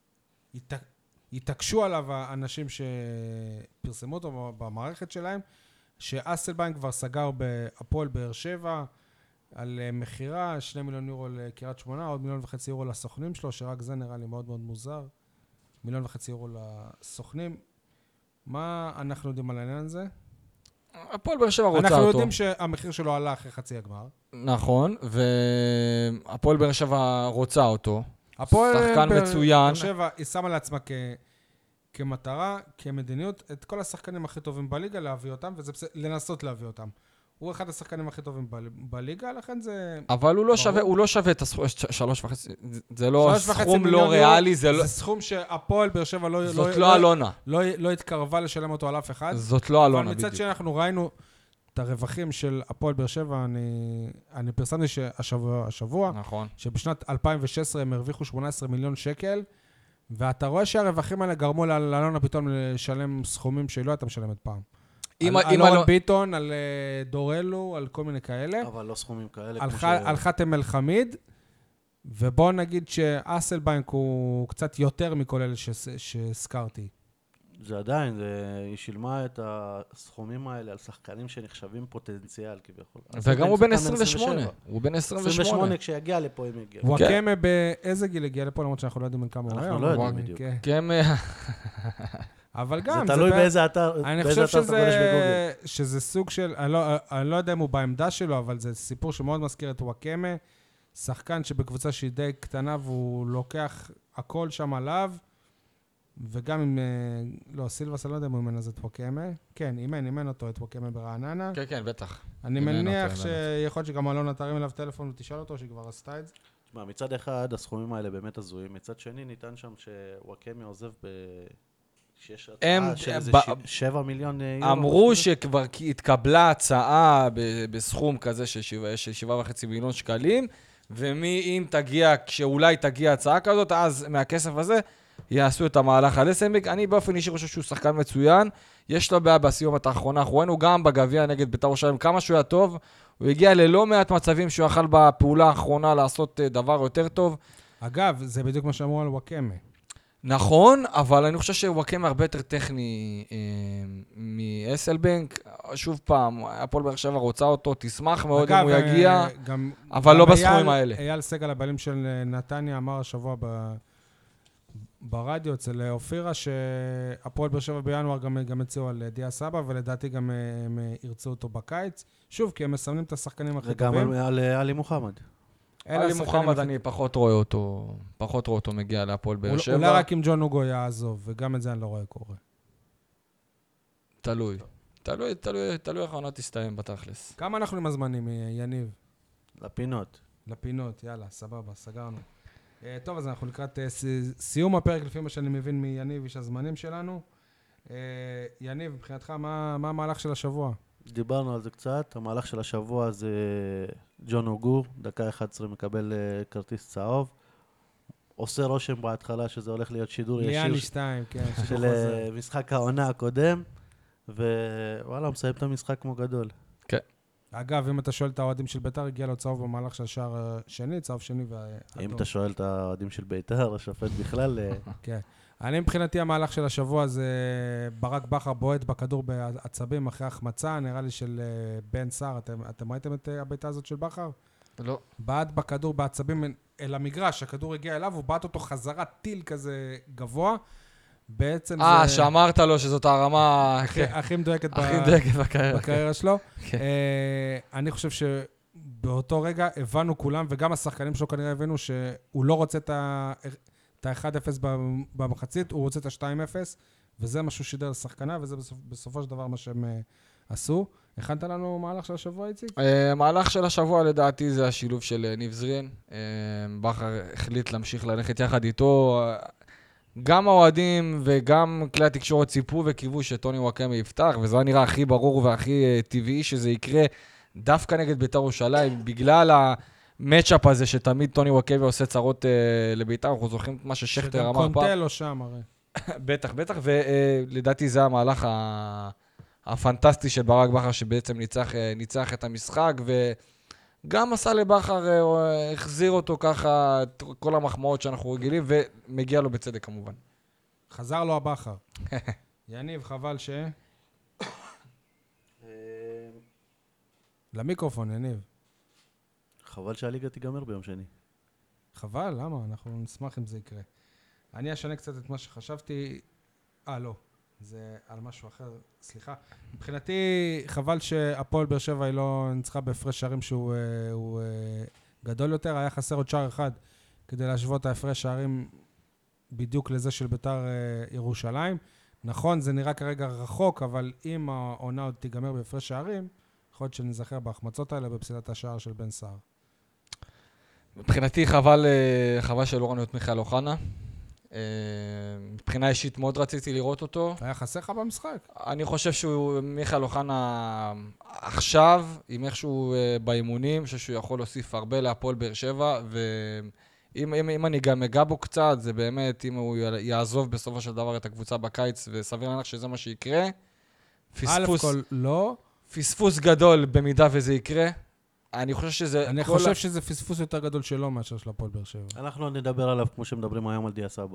התעקשו עליו האנשים שפרסמו אותו במערכת שלהם, שאסלבנק כבר סגר בהפועל באר שבע על מחירה, 2 מיליון יורו לקריית שמונה, עוד 1.5 מיליון יורו לסוכנים שלו, שרק זה נראה לי מאוד מאוד מוזר. 1.5 מיליון יורו לסוכנים. מה אנחנו יודעים על העניין הזה? הפועל באר שבע רוצה אותו. אנחנו יודעים שהמחיר שלו עלה אחרי חצי הגמר. נכון, והפועל באר שבע רוצה אותו. הפועל שחקן מצוין. באר שבע היא שמה לעצמה כמטרה, כמדיניות, את כל השחקנים הכי טובים בליגה להביא אותם, וזה לנסות להביא אותם. הוא אחד השחקנים הכי טובים בליגה, לכן זה... אבל הוא לא שווה את 3.5, זה לא סכום לא ריאלי, זה סכום שהפועל באר שבע זאת לא אלונה. לא התקרבה לשלם אותו על אף אחד. זאת לא אלונה בדיוק. אבל מצד שאנחנו ראינו את הרווחים של הפועל באר שבע, אני פרסמתי השבוע, נכון. שבשנת 2016 הם הרוויחו 18 מיליון שקל, ואתה רואה שהרווחים האלה גרמו לאלונה פתאום לשלם סכומים שלא הייתה משלמת פעם. על אורן ביטון, על דורלו, על כל מיני כאלה. אבל לא סכומים כאלה. על חתם אל חמיד, ובואו נגיד שאסלבנק הוא קצת יותר מכל אלה שהזכרתי. זה עדיין, היא שילמה את הסכומים האלה על שחקנים שנחשבים פוטנציאל כביכול. וגם הוא בן 28. הוא בן 28. כשיגיע לפה אם יגיע. וואקמה באיזה גיל הגיע לפה, למרות שאנחנו לא יודעים כמה הוא היה. אנחנו לא יודעים בדיוק. אבל גם... זה תלוי באיזה אתר, אני חושב שזה סוג של... אני לא יודע אם הוא בעמדה שלו, אבל זה סיפור שמאוד מזכיר את וואקמה. שחקן שבקבוצה שהיא די קטנה, והוא לוקח הכל שם עליו. וגם אם... לא, סילבס, אני לא יודע אם הוא אימן אז את וואקמה. כן, אימן אותו, את וואקמה ברעננה. כן, כן, בטח. אני מניח שיכול להיות שגם אלונה תרים אליו טלפון ותשאל אותו, שכבר עשתה את זה. תשמע, מצד אחד, הסכומים האלה באמת הזויים. מצד שני, ניתן שם שוואקמה עוזב שיש הצעה של איזה 7 מיליון יורו. אמרו שכבר התקבלה הצעה בסכום כזה של 7.5 מיליון שקלים, אם תגיע, כשאולי תגיע הצעה כזאת, אז מהכסף הזה יעשו את המהלך על אסלבנק. אני באופן אישי חושב שהוא שחקן מצוין, יש לו בעיה בסיומת האחרונה, אנחנו ראינו גם בגביע נגד בית"ר ירושלים, כמה שהוא היה טוב, הוא הגיע ללא מעט מצבים שהוא יכל בפעולה האחרונה לעשות דבר יותר טוב. אגב, זה בדיוק מה שאמרו על וואקמה. נכון, אבל אני חושב שוואקמה הרבה יותר טכני מאסלבנק. שוב פעם, הפועל באר שבע רוצה אותו, תשמח מאוד אם הוא יגיע, אבל לא בסכומים האלה. אייל סגל, הבעלים של נתניה, אמר השבוע ברדיו אצל אופירה, שהפועל באר שבע בינואר גם הציעו על דיה סבא, ולדעתי גם הם ירצו אותו בקיץ. שוב, כי הם מסמנים את השחקנים הכי טובים. וגם על עלי מוחמד. עלי מוחמד אני פחות רואה אותו מגיע להפועל באר שבע. אולי רק אם ג'ון אוגו יעזוב, וגם את זה אני לא רואה קורה. תלוי איך העונה תסתיים בתכלס. כמה אנחנו עם הזמנים, יניב? לפינות, יאללה, סבבה, סגרנו. טוב, אז אנחנו לקראת סיום הפרק, לפי מה שאני מבין מיניב, איש הזמנים שלנו. יניב, מבחינתך, מה המהלך של השבוע? דיברנו על זה קצת, המהלך של השבוע זה ג'ון אוגו, דקה 11 מקבל כרטיס צהוב. עושה רושם בהתחלה שזה הולך להיות שידור ישיר. ליאני 2, כן. של משחק העונה הקודם, ווואלה, הוא מסיים את המשחק כמו גדול. כן. אגב, אם אתה שואל את האוהדים של ביתר, הגיע לו צהוב במהלך של השער שני, צהוב שני ואדום. אם אתה שואל את האוהדים של ביתר, השופט בכלל... כן. אני מבחינתי המהלך של השבוע זה ברק בכר בועט בכדור בעצבים אחרי החמצה, נראה לי של בן סער. אתם ראיתם את הביתה הזאת של בכר? לא. בעט בכדור בעצבים אל המגרש, הכדור הגיע אליו, הוא בעט אותו חזרה טיל כזה גבוה. בעצם זה... שאמרת לו שזאת הרמה... הכי מדויקת בקריירה שלו. אני חושב שבאותו רגע הבנו כולם, וגם השחקנים שלו כנראה הבינו שהוא לא רוצה את ה-1-0 במחצית, הוא רוצה את ה-2-0, וזה מה שהוא שידר לשחקנה, וזה בסופו של דבר מה שהם עשו. הכנת לנו מהלך של השבוע, איציק? מהלך של השבוע לדעתי זה השילוב של ניב זריאן. בכר החליט להמשיך ללכת יחד איתו. גם האוהדים וגם כלי התקשורת ציפו וקיוו שטוני וואקמה יפתח, וזה היה נראה הכי ברור והכי טבעי שזה יקרה דווקא נגד ביתר ירושלים, בגלל המאצ'אפ הזה שתמיד טוני וואקמה עושה צרות לביתר, אנחנו זוכרים מה ששכטר אמר פעם. שגם קונטלו שם הרי. בטח, ולדעתי זה המהלך הפנטסטי של ברק בכר, שבעצם ניצח את המשחק, וגם עשה לבכר, החזיר אותו ככה, כל המחמאות שאנחנו רגילים, ומגיע לו בצדק כמובן. חזר לו הבכר. יניב, חבל למיקרופון, יניב. חבל שהליגה תיגמר ביום שני. חבל, למה? אנחנו נשמח אם זה יקרה. אני אשנה קצת את מה שחשבתי. לא. זה על משהו אחר, סליחה. מבחינתי, חבל שהפועל באר שבע היא לא ניצחה בהפרש שערים שהוא גדול יותר. היה חסר עוד שער אחד כדי להשוות ההפרש שערים בדיוק לזה של ביתר ירושלים. נכון, זה נראה כרגע רחוק, אבל אם העונה עוד תיגמר בהפרש שערים, יכול להיות שנזכר בהחמצות האלה בפסילת השער של בן סער. מבחינתי חבל שלא ראינו את מיכאל אוחנה. מבחינה אישית מאוד רציתי לראות אותו. היה חסר לך במשחק? אני חושב מיכאל אוחנה עכשיו, עם איכשהו באימונים, אני חושב שהוא יכול להוסיף הרבה להפועל באר שבע, ואם אני גם אגע בו קצת, זה באמת, אם הוא יעזוב בסופו של דבר את הקבוצה בקיץ, וסביר להניח שזה מה שיקרה, פספוס גדול במידה וזה יקרה. אני חושב שזה פספוס יותר גדול שלו מאשר של הפועל באר שבע. אנחנו נדבר עליו כמו שמדברים היום על דיה סבא.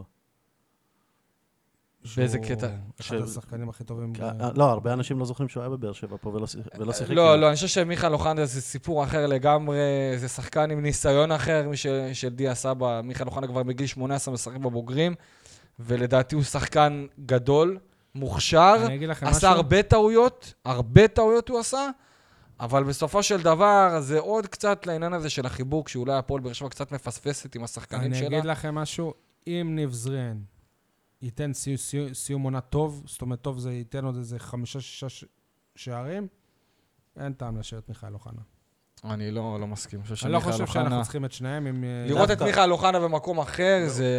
באיזה קטע? אחד השחקנים הכי טובים. לא, הרבה אנשים לא זוכרים שהוא היה בבאר שבע פה ולא שיחק. לא, אני חושב שמיכאל אוחנה זה סיפור אחר לגמרי, זה שחקן עם ניסיון אחר של דיה סבא. מיכאל אוחנה כבר בגיל 18 משחק בבוגרים, ולדעתי הוא שחקן גדול, מוכשר, עשה הרבה טעויות הוא עשה, אבל בסופו של דבר זה עוד קצת לעניין הזה של החיבור, כשאולי הפועל באר שבע קצת מפספסת עם השחקנים שלה. אני אגיד לכם משהו, אם ניב זריאן ייתן סיום עונה טוב, זאת אומרת טוב זה ייתן עוד איזה 5-6 שערים, אין טעם לשאר את מיכאל אוחנה. אני לא מסכים. אני לא חושב שאנחנו צריכים את שניהם. לראות את מיכאל אוחנה במקום אחר,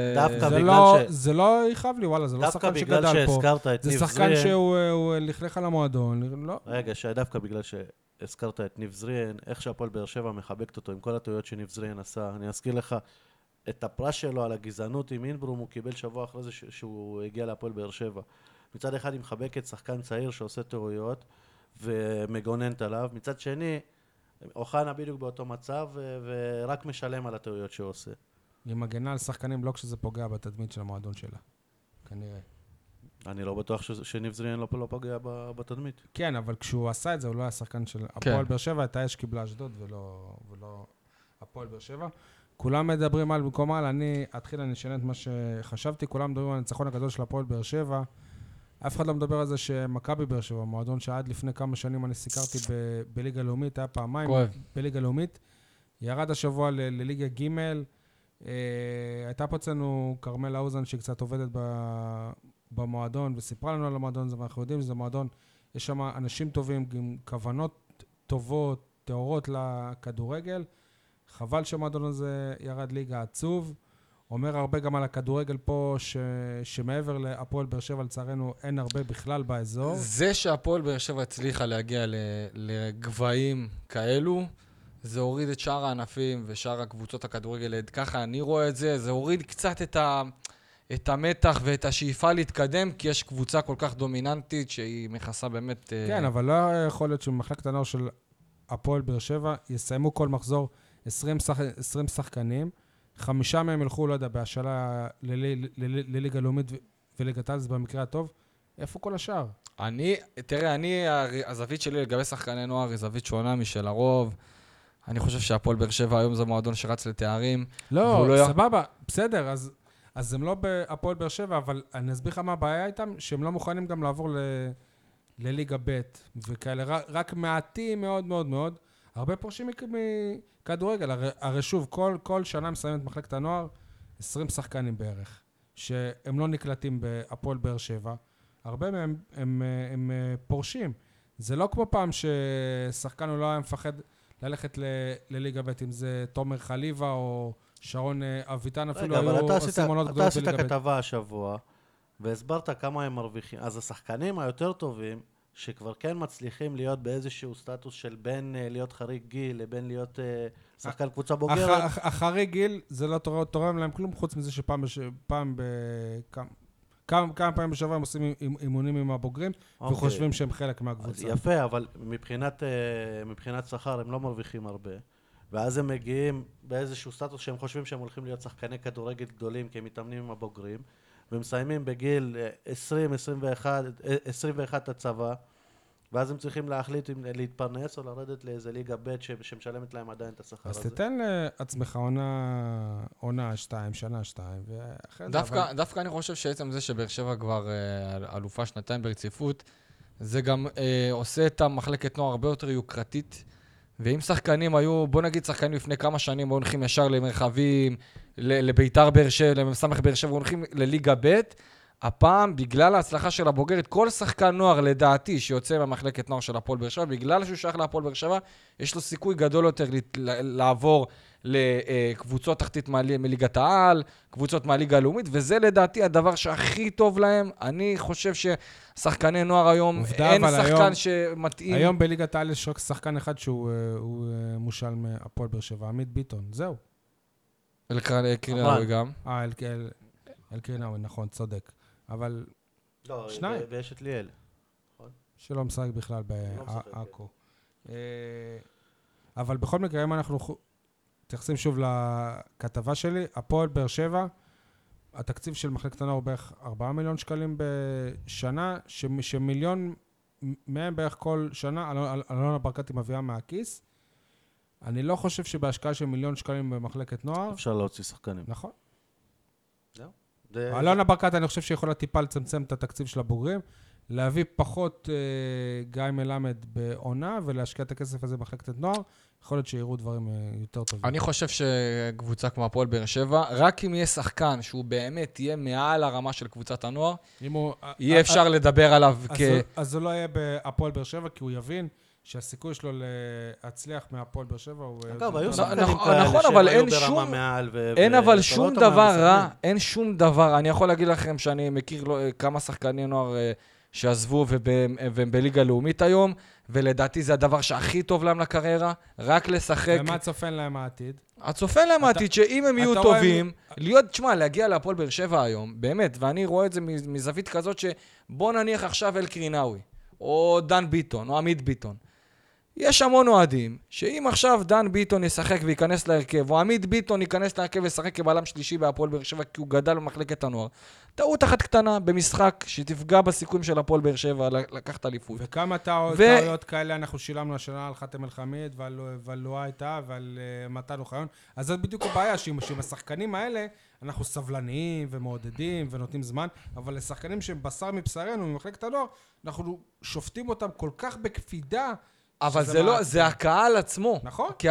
זה לא יכאב לי, וואלה, זה לא שחקן שגדל פה. זה שחקן שהוא לכלך על המועדון. רגע, שדווקא בגלל שהזכרת את ניב זריאן, איך שהפועל באר שבע מחבקת אותו עם כל הטעויות שניב זריאן עשה, אני אזכיר לך, את הפרס שלו על הגזענות עם אינברום הוא קיבל שבוע אחרי זה שהוא הגיע להפועל באר שבע. מצד אחד היא מחבקת שחקן צעיר שעושה טעויות ומגוננת עליו, מצד שני אוחנה בדיוק באותו מצב ורק משלם על הטעויות שהוא עושה. היא מגנה על שחקנים לא כשזה פוגע בתדמית של המועדון שלה, כנראה. אני לא בטוח שניב זריאן לא פוגע בתדמית. כן, אבל כשהוא עשה את זה הוא לא היה שחקן של הפועל באר שבע, את האש קיבלה אשדוד ולא הפועל באר שבע. כולם מדברים על במקום על, אני אשנה את מה שחשבתי, כולם מדברים על הניצחון הגדול של הפועל באר שבע. אף אחד לא מדבר על זה שמכבי באר שבע, מועדון שעד לפני כמה שנים אני סיקרתי בליגה לאומית, היה פעמיים בליגה לאומית, ירד השבוע לליגה ג'. הייתה פה אצלנו קרמל האוזן שהיא קצת עובדת במועדון, וסיפרה לנו על המועדון הזה, ואנחנו יודעים שזה מועדון, יש שם אנשים טובים, עם כוונות טובות, תאורות לכדורגל. חבל שהמועדון הזה ירד ליגה עצוב. אומר הרבה גם על הכדורגל פה, שמעבר להפועל באר שבע, לצערנו, אין הרבה בכלל באזור. זה שהפועל באר שבע הצליחה להגיע לגבהים כאלו, זה הוריד את שאר הענפים ושאר הקבוצות הכדורגל. ככה אני רואה את זה, זה הוריד קצת את המתח ואת השאיפה להתקדם, כי יש קבוצה כל כך דומיננטית שהיא מכסה באמת... כן, אבל לא יכול להיות שמחלקת הנוער של הפועל באר שבע יסיימו כל מחזור 20 שחקנים, 5 מהם ילכו, לא יודע, בהשאלה לליגה לאומית וליגת העל, זה במקרה הטוב. איפה כל השאר? תראה, הזווית שלי לגבי שחקני נוער היא זווית שונה משל הרוב. אני חושב שהפועל באר שבע היום זה מועדון שרץ לתארים. לא, סבבה, בסדר, אז הם לא בהפועל באר שבע, אבל אני אסביר לך מה הבעיה איתם, שהם לא מוכנים גם לעבור לליגה ב' וכאלה, רק מעטים מאוד מאוד מאוד. הרבה פורשים מכדורגל, הרי שוב, כל שנה מסיימת מחלקת הנוער 20 שחקנים בערך, שהם לא נקלטים בהפועל באר שבע. הרבה מהם הם פורשים. זה לא כמו פעם ששחקן הוא לא היה מפחד ללכת לליגה ב', אם זה תומר חליבה או שרון אביטן, אפילו היו עושים עונות גדולות בליגה ב'. אתה עשית כתבה השבוע, והסברת כמה הם מרוויחים. אז השחקנים היותר טובים, שכבר כן מצליחים להיות באיזשהו סטטוס של בין להיות חריג גיל לבין להיות שחקן קבוצה בוגרת. החריג גיל זה לא תורם להם כלום, חוץ מזה כמה פעמים בשבוע הם עושים אימונים עם הבוגרים, וחושבים שהם חלק מהקבוצה. יפה, אבל מבחינת שכר הם לא מרוויחים הרבה. ואז הם מגיעים באיזשהו סטטוס שהם חושבים שהם הולכים להיות שחקני כדורגל גדולים, כי הם מתאמנים עם הבוגרים, ומסיימים בגיל 21 הצבא, ואז הם צריכים להחליט אם להתפרנס או לרדת לאיזה ליגה ב' שמשלמת להם עדיין את השכר הזה. אז תתן לעצמך עונה 2, שנה 2, ואחרי זה... דווקא אני חושב שעצם זה שבאר שבע כבר אלופה שנתיים ברציפות, זה גם עושה את המחלקת נוער הרבה יותר יוקרתית, ואם שחקנים היו, בוא נגיד שחקנים לפני כמה שנים, הולכים ישר למרחבים, לביתר באר שבע, למסמך באר שבע, הולכים לליגה ב', הפעם, בגלל ההצלחה של הבוגרת, כל שחקן נוער, לדעתי, שיוצא מהמחלקת נוער של הפועל באר שבע, בגלל שהוא שייך להפועל באר שבע, יש לו סיכוי גדול יותר לעבור לקבוצות תחתית מליגת העל, קבוצות מהליגה הלאומית, וזה לדעתי הדבר שהכי טוב להם. אני חושב ששחקני נוער היום, אין שחקן שמתאים. היום בליגת העל יש רק שחקן אחד שהוא מושל מהפועל באר שבע, עמית ביטון, זהו. אלקרינאווי גם. אלקרינאווי, נכון, צודק. אבל לא, שניים. ויש את ליאל. שלא משחק בכלל בעכו. אבל בכל מקרה, אם אנחנו מתייחסים שוב לכתבה שלי, הפועל באר שבע, התקציב של מחלקת הנוער הוא בערך 4 מיליון שקלים בשנה, שמיליון מהם בערך כל שנה, אלונה ברקתי מביאה מהכיס. אני לא חושב שבהשקעה של 1 מיליון שקלים במחלקת נוער... אפשר להוציא שחקנים. נכון. זהו. אלונה ברקת, אני חושב שיכולה טיפה לצמצם את התקציב של הבוגרים, להביא פחות גיא מלמד בעונה, ולהשקיע את הכסף הזה במחלקת נוער, יכול להיות שיראו דברים יותר טובים. אני חושב שקבוצה כמו הפועל באר שבע, רק אם יהיה שחקן שהוא באמת יהיה מעל הרמה של קבוצת הנוער, יהיה אפשר לדבר עליו אז זה לא יהיה בהפועל באר שבע, כי הוא יבין שהסיכוי שלו להצליח מהפועל באר שבע הוא... אגב, היו שחקנים כאלה אבל שהיו ברמה מעל אין אבל שום דבר רע, אין שום דבר. אני יכול להגיד לכם שאני מכיר כמה שחקני נוער שעזבו והם בליגה לאומית היום, ולדעתי זה הדבר שהכי טוב להם לקריירה, רק לשחק. ומה צופן להם העתיד? הצופן להם העתיד, שאם הם יהיו טובים, להגיע להפועל באר שבע היום, באמת, ואני רואה את זה מזווית כזאת שבוא נניח עכשיו אלקרינאווי, או דן ביטון, או עמית ביטון. יש המון אוהדים, שאם עכשיו דן ביטון ישחק וייכנס להרכב, או עמית ביטון ייכנס להרכב וישחק כבלם שלישי בהפועל באר שבע, כי הוא גדל במחלקת הנוער, טעות אחת קטנה במשחק שתפגע בסיכויים של הפועל באר שבע לקחת אליפות. וכמה טעויות כאלה אנחנו שילמנו השנה על חתם אל-חמיד ועל לואי טאה ועל מתן אוחיון. אז זאת בדיוק הבעיה, שעם השחקנים האלה אנחנו סבלניים ומעודדים ונותנים זמן, אבל לשחקנים שהם בשר מבשרנו ממחלקת הנוער, אנחנו שופטים אותם כל כך בקפידה, אבל זה לא, זה הקהל עצמו. נכון. כי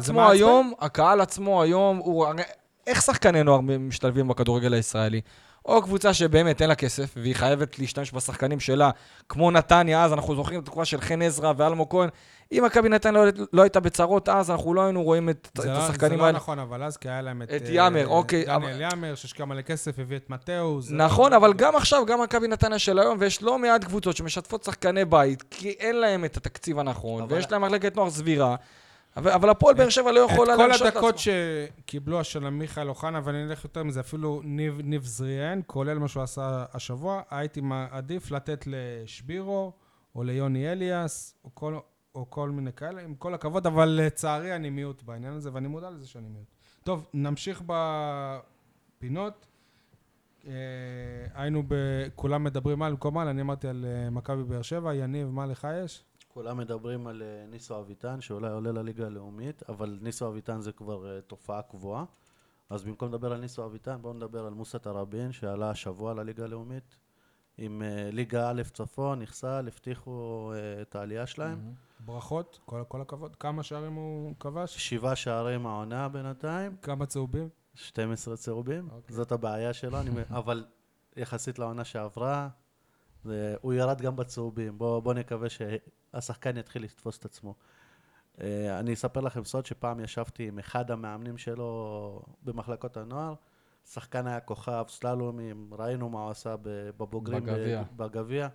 הקהל עצמו היום, הוא, איך שחקני נוער משתלבים בכדורגל הישראלי? או קבוצה שבאמת אין לה כסף, והיא חייבת להשתמש בשחקנים שלה, כמו נתניה, אז אנחנו זוכרים את התקופה של חן עזרא ואלמו כהן. אם מכבי נתניה לא הייתה בצרות אז, אנחנו לא היינו רואים את השחקנים האלה. זה לא נכון, אבל אז כי היה להם את יאמר, אוקיי. דניאל יאמר, שהשקע מלא כסף, הביא את מתאו. נכון, אבל גם עכשיו, גם מכבי נתניה של היום, ויש לא מעט קבוצות שמשתפות שחקני בית, כי אין להם את התקציב הנכון, ויש להם מחלקת נוער סבירה. אבל הפועל באר שבע לא יכולה להמשיך את עצמו. כל הדקות שקיבלו השנה מיכאל אוחנה, ואני אלך יותר מזה, אפילו ניב זריאן, כולל מה שהוא עשה השבוע, הייתי מעדיף לתת לשבירו, או ליוני אליאס, או כל מיני כאלה, עם כל הכבוד, אבל לצערי אני מיעוט בעניין הזה, ואני מודע לזה שאני מיעוט. טוב, נמשיך בפינות. היינו כולם מדברים על קוmal, אני אמרתי על מכבי באר שבע, יניב, מה לך יש? כולם מדברים על ניסו אביטן, שאולי עולה לליגה הלאומית, אבל ניסו אביטן זה כבר תופעה קבועה. אז במקום לדבר על ניסו אביטן, בואו נדבר על מוסא תראבין, שעלה השבוע לליגה הלאומית. עם ליגה א' צפון, נחסל, הבטיחו את העלייה שלהם. ברכות, כל הכבוד. כמה שערים הוא כבש? 7 שערים העונה בינתיים, כמה צהובים? 12 צהובים. אוקיי. זאת הבעיה שלו, אבל יחסית לעונה שעברה, הוא ירד גם בצהובים. בואו נקווה שהשחקן יתחיל לתפוס את עצמו. אני אספר לכם סוד שפעם ישבתי עם אחד המאמנים שלו במחלקות הנוער, שחקן היה כוכב, סללומים, ראינו מה הוא עשה בבוגרים בגביע.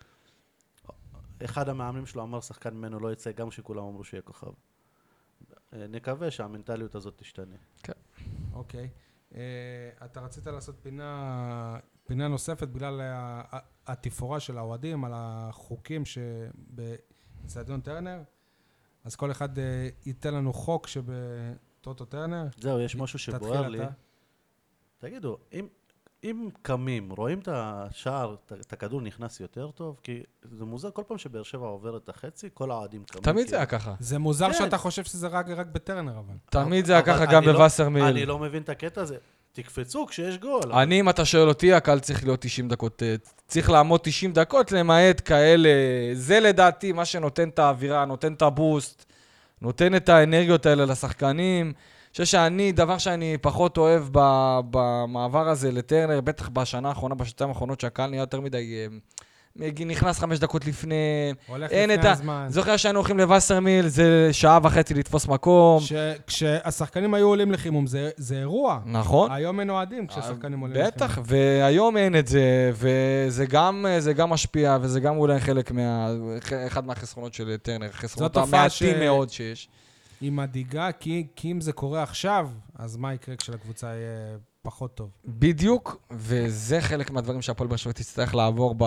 אחד המאמנים שלו אמר שחקן ממנו לא יצא, גם שכולם אמרו שיהיה כוכב. נקווה שהמנטליות הזאת תשתנה. כן. אוקיי. אתה רצית לעשות פינה נוספת בגלל התפאורה של האוהדים על החוקים שבאצטדיון טרנר. אז כל אחד ייתן לנו חוק שבטוטו טרנר. זהו, יש משהו שבוער לי. תגידו, אם קמים, רואים את השער, את הכדור נכנס יותר טוב? כי זה מוזר, כל פעם שבאר שבע עובר את החצי, כל האוהדים קמים. תמיד זה היה ככה. זה מוזר שאתה חושב שזה רק בטרנר, אבל. תמיד זה היה ככה גם בווסרמיל. אני לא מבין את הקטע הזה. תקפצו כשיש גול. אם אתה שואל אותי, הקהל צריך להיות 90 דקות. צריך לעמוד 90 דקות למעט כאלה. זה לדעתי מה שנותן את האווירה, נותן את הבוסט, נותן את האנרגיות האלה לשחקנים. חושב שאני, דבר שאני פחות אוהב במעבר הזה לטרנר, בטח בשנה האחרונה, בשנתיים האחרונות, שהקהל נהיה יותר מדי, נכנס 5 דקות לפני, הולך לפני הזמן. זוכר שהיינו הולכים לווסרמיל, זה שעה וחצי לתפוס מקום. כשהשחקנים היו עולים לחימום, זה אירוע. נכון. היום אין אוהדים כשהשחקנים עולים לחימום. בטח, והיום אין את זה, וזה גם משפיע, וזה גם אולי אחד מהחסרונות של טרנר, חסרונות המעטים מאוד שיש. היא מדאיגה, כי אם זה קורה עכשיו, אז מה יקרה כשלקבוצה יהיה פחות טוב? בדיוק, וזה חלק מהדברים שהפועל באר שבע תצטרך לעבור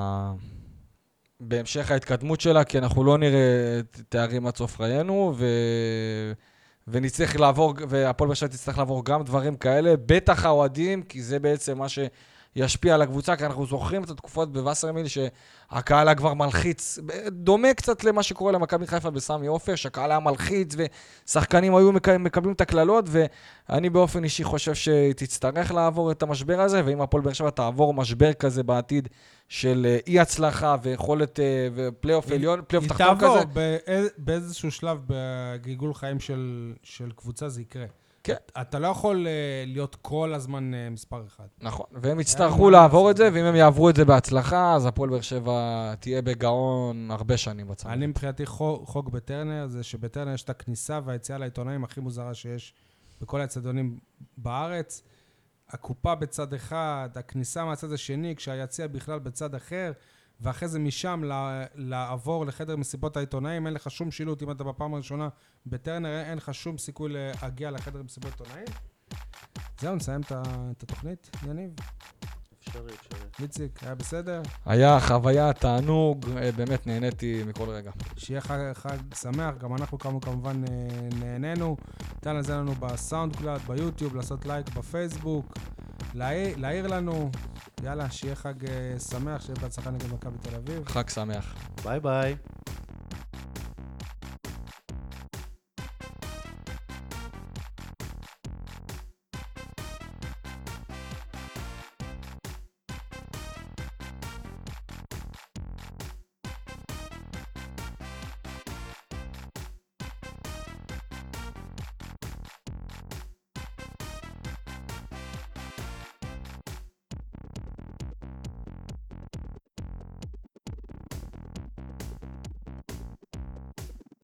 בהמשך ההתקדמות שלה, כי אנחנו לא נראה תארים עד סוף חיינו, ונצטרך לעבור, והפועל באר שבע תצטרך לעבור גם דברים כאלה, בטח האוהדים, כי זה בעצם מה שישפיע על הקבוצה, כי אנחנו זוכרים את התקופות בווסרמיל שהקהל היה כבר מלחיץ, דומה קצת למה שקורה למכבי חיפה בסמי עופר, שהקהל היה מלחיץ ושחקנים היו מקבלים את הכללות, ואני באופן אישי חושב שתצטרך לעבור את המשבר הזה, ואם הפועל באר שבע תעבור משבר כזה בעתיד של אי הצלחה ויכולת ופלייאוף עליון, פלייאוף תחתון כזה. היא תעבור באיזשהו שלב בגיגול חיים של קבוצה זה יקרה. כן. אתה לא יכול להיות כל הזמן מספר אחד. נכון, והם יצטרכו לעבור את זה, ואם הם יעברו את זה בהצלחה, אז הפועל באר שבע תהיה בגאון הרבה שנים בצד. אני מבחינתי חוק בטרנר, זה שבטרנר יש את הכניסה והיציאה לעיתונאים הכי מוזרה שיש בכל האצטדיונים בארץ. הקופה בצד אחד, הכניסה מהצד השני, כשהיציאה בכלל בצד אחר, ואחרי זה משם לעבור לחדר מסיבות העיתונאים, אין לך שום שילוט, אם אתה בפעם הראשונה בטרנר, אין לך שום סיכוי להגיע לחדר מסיבות עיתונאים. זהו, נסיים את התוכנית, יניב. אפשרי. איציק, היה בסדר? היה חוויה, תענוג, באמת נהניתי מכל רגע. שיהיה חג שמח, גם אנחנו כמובן נהנינו. ניתן לזה לנו בסאונד קלאוד, ביוטיוב, לעשות לייק בפייסבוק, להעיר לנו. יאללה, שיהיה חג שמח, שיהיה בהצלחה נגד מכבי תל אביב. חג שמח. ביי ביי.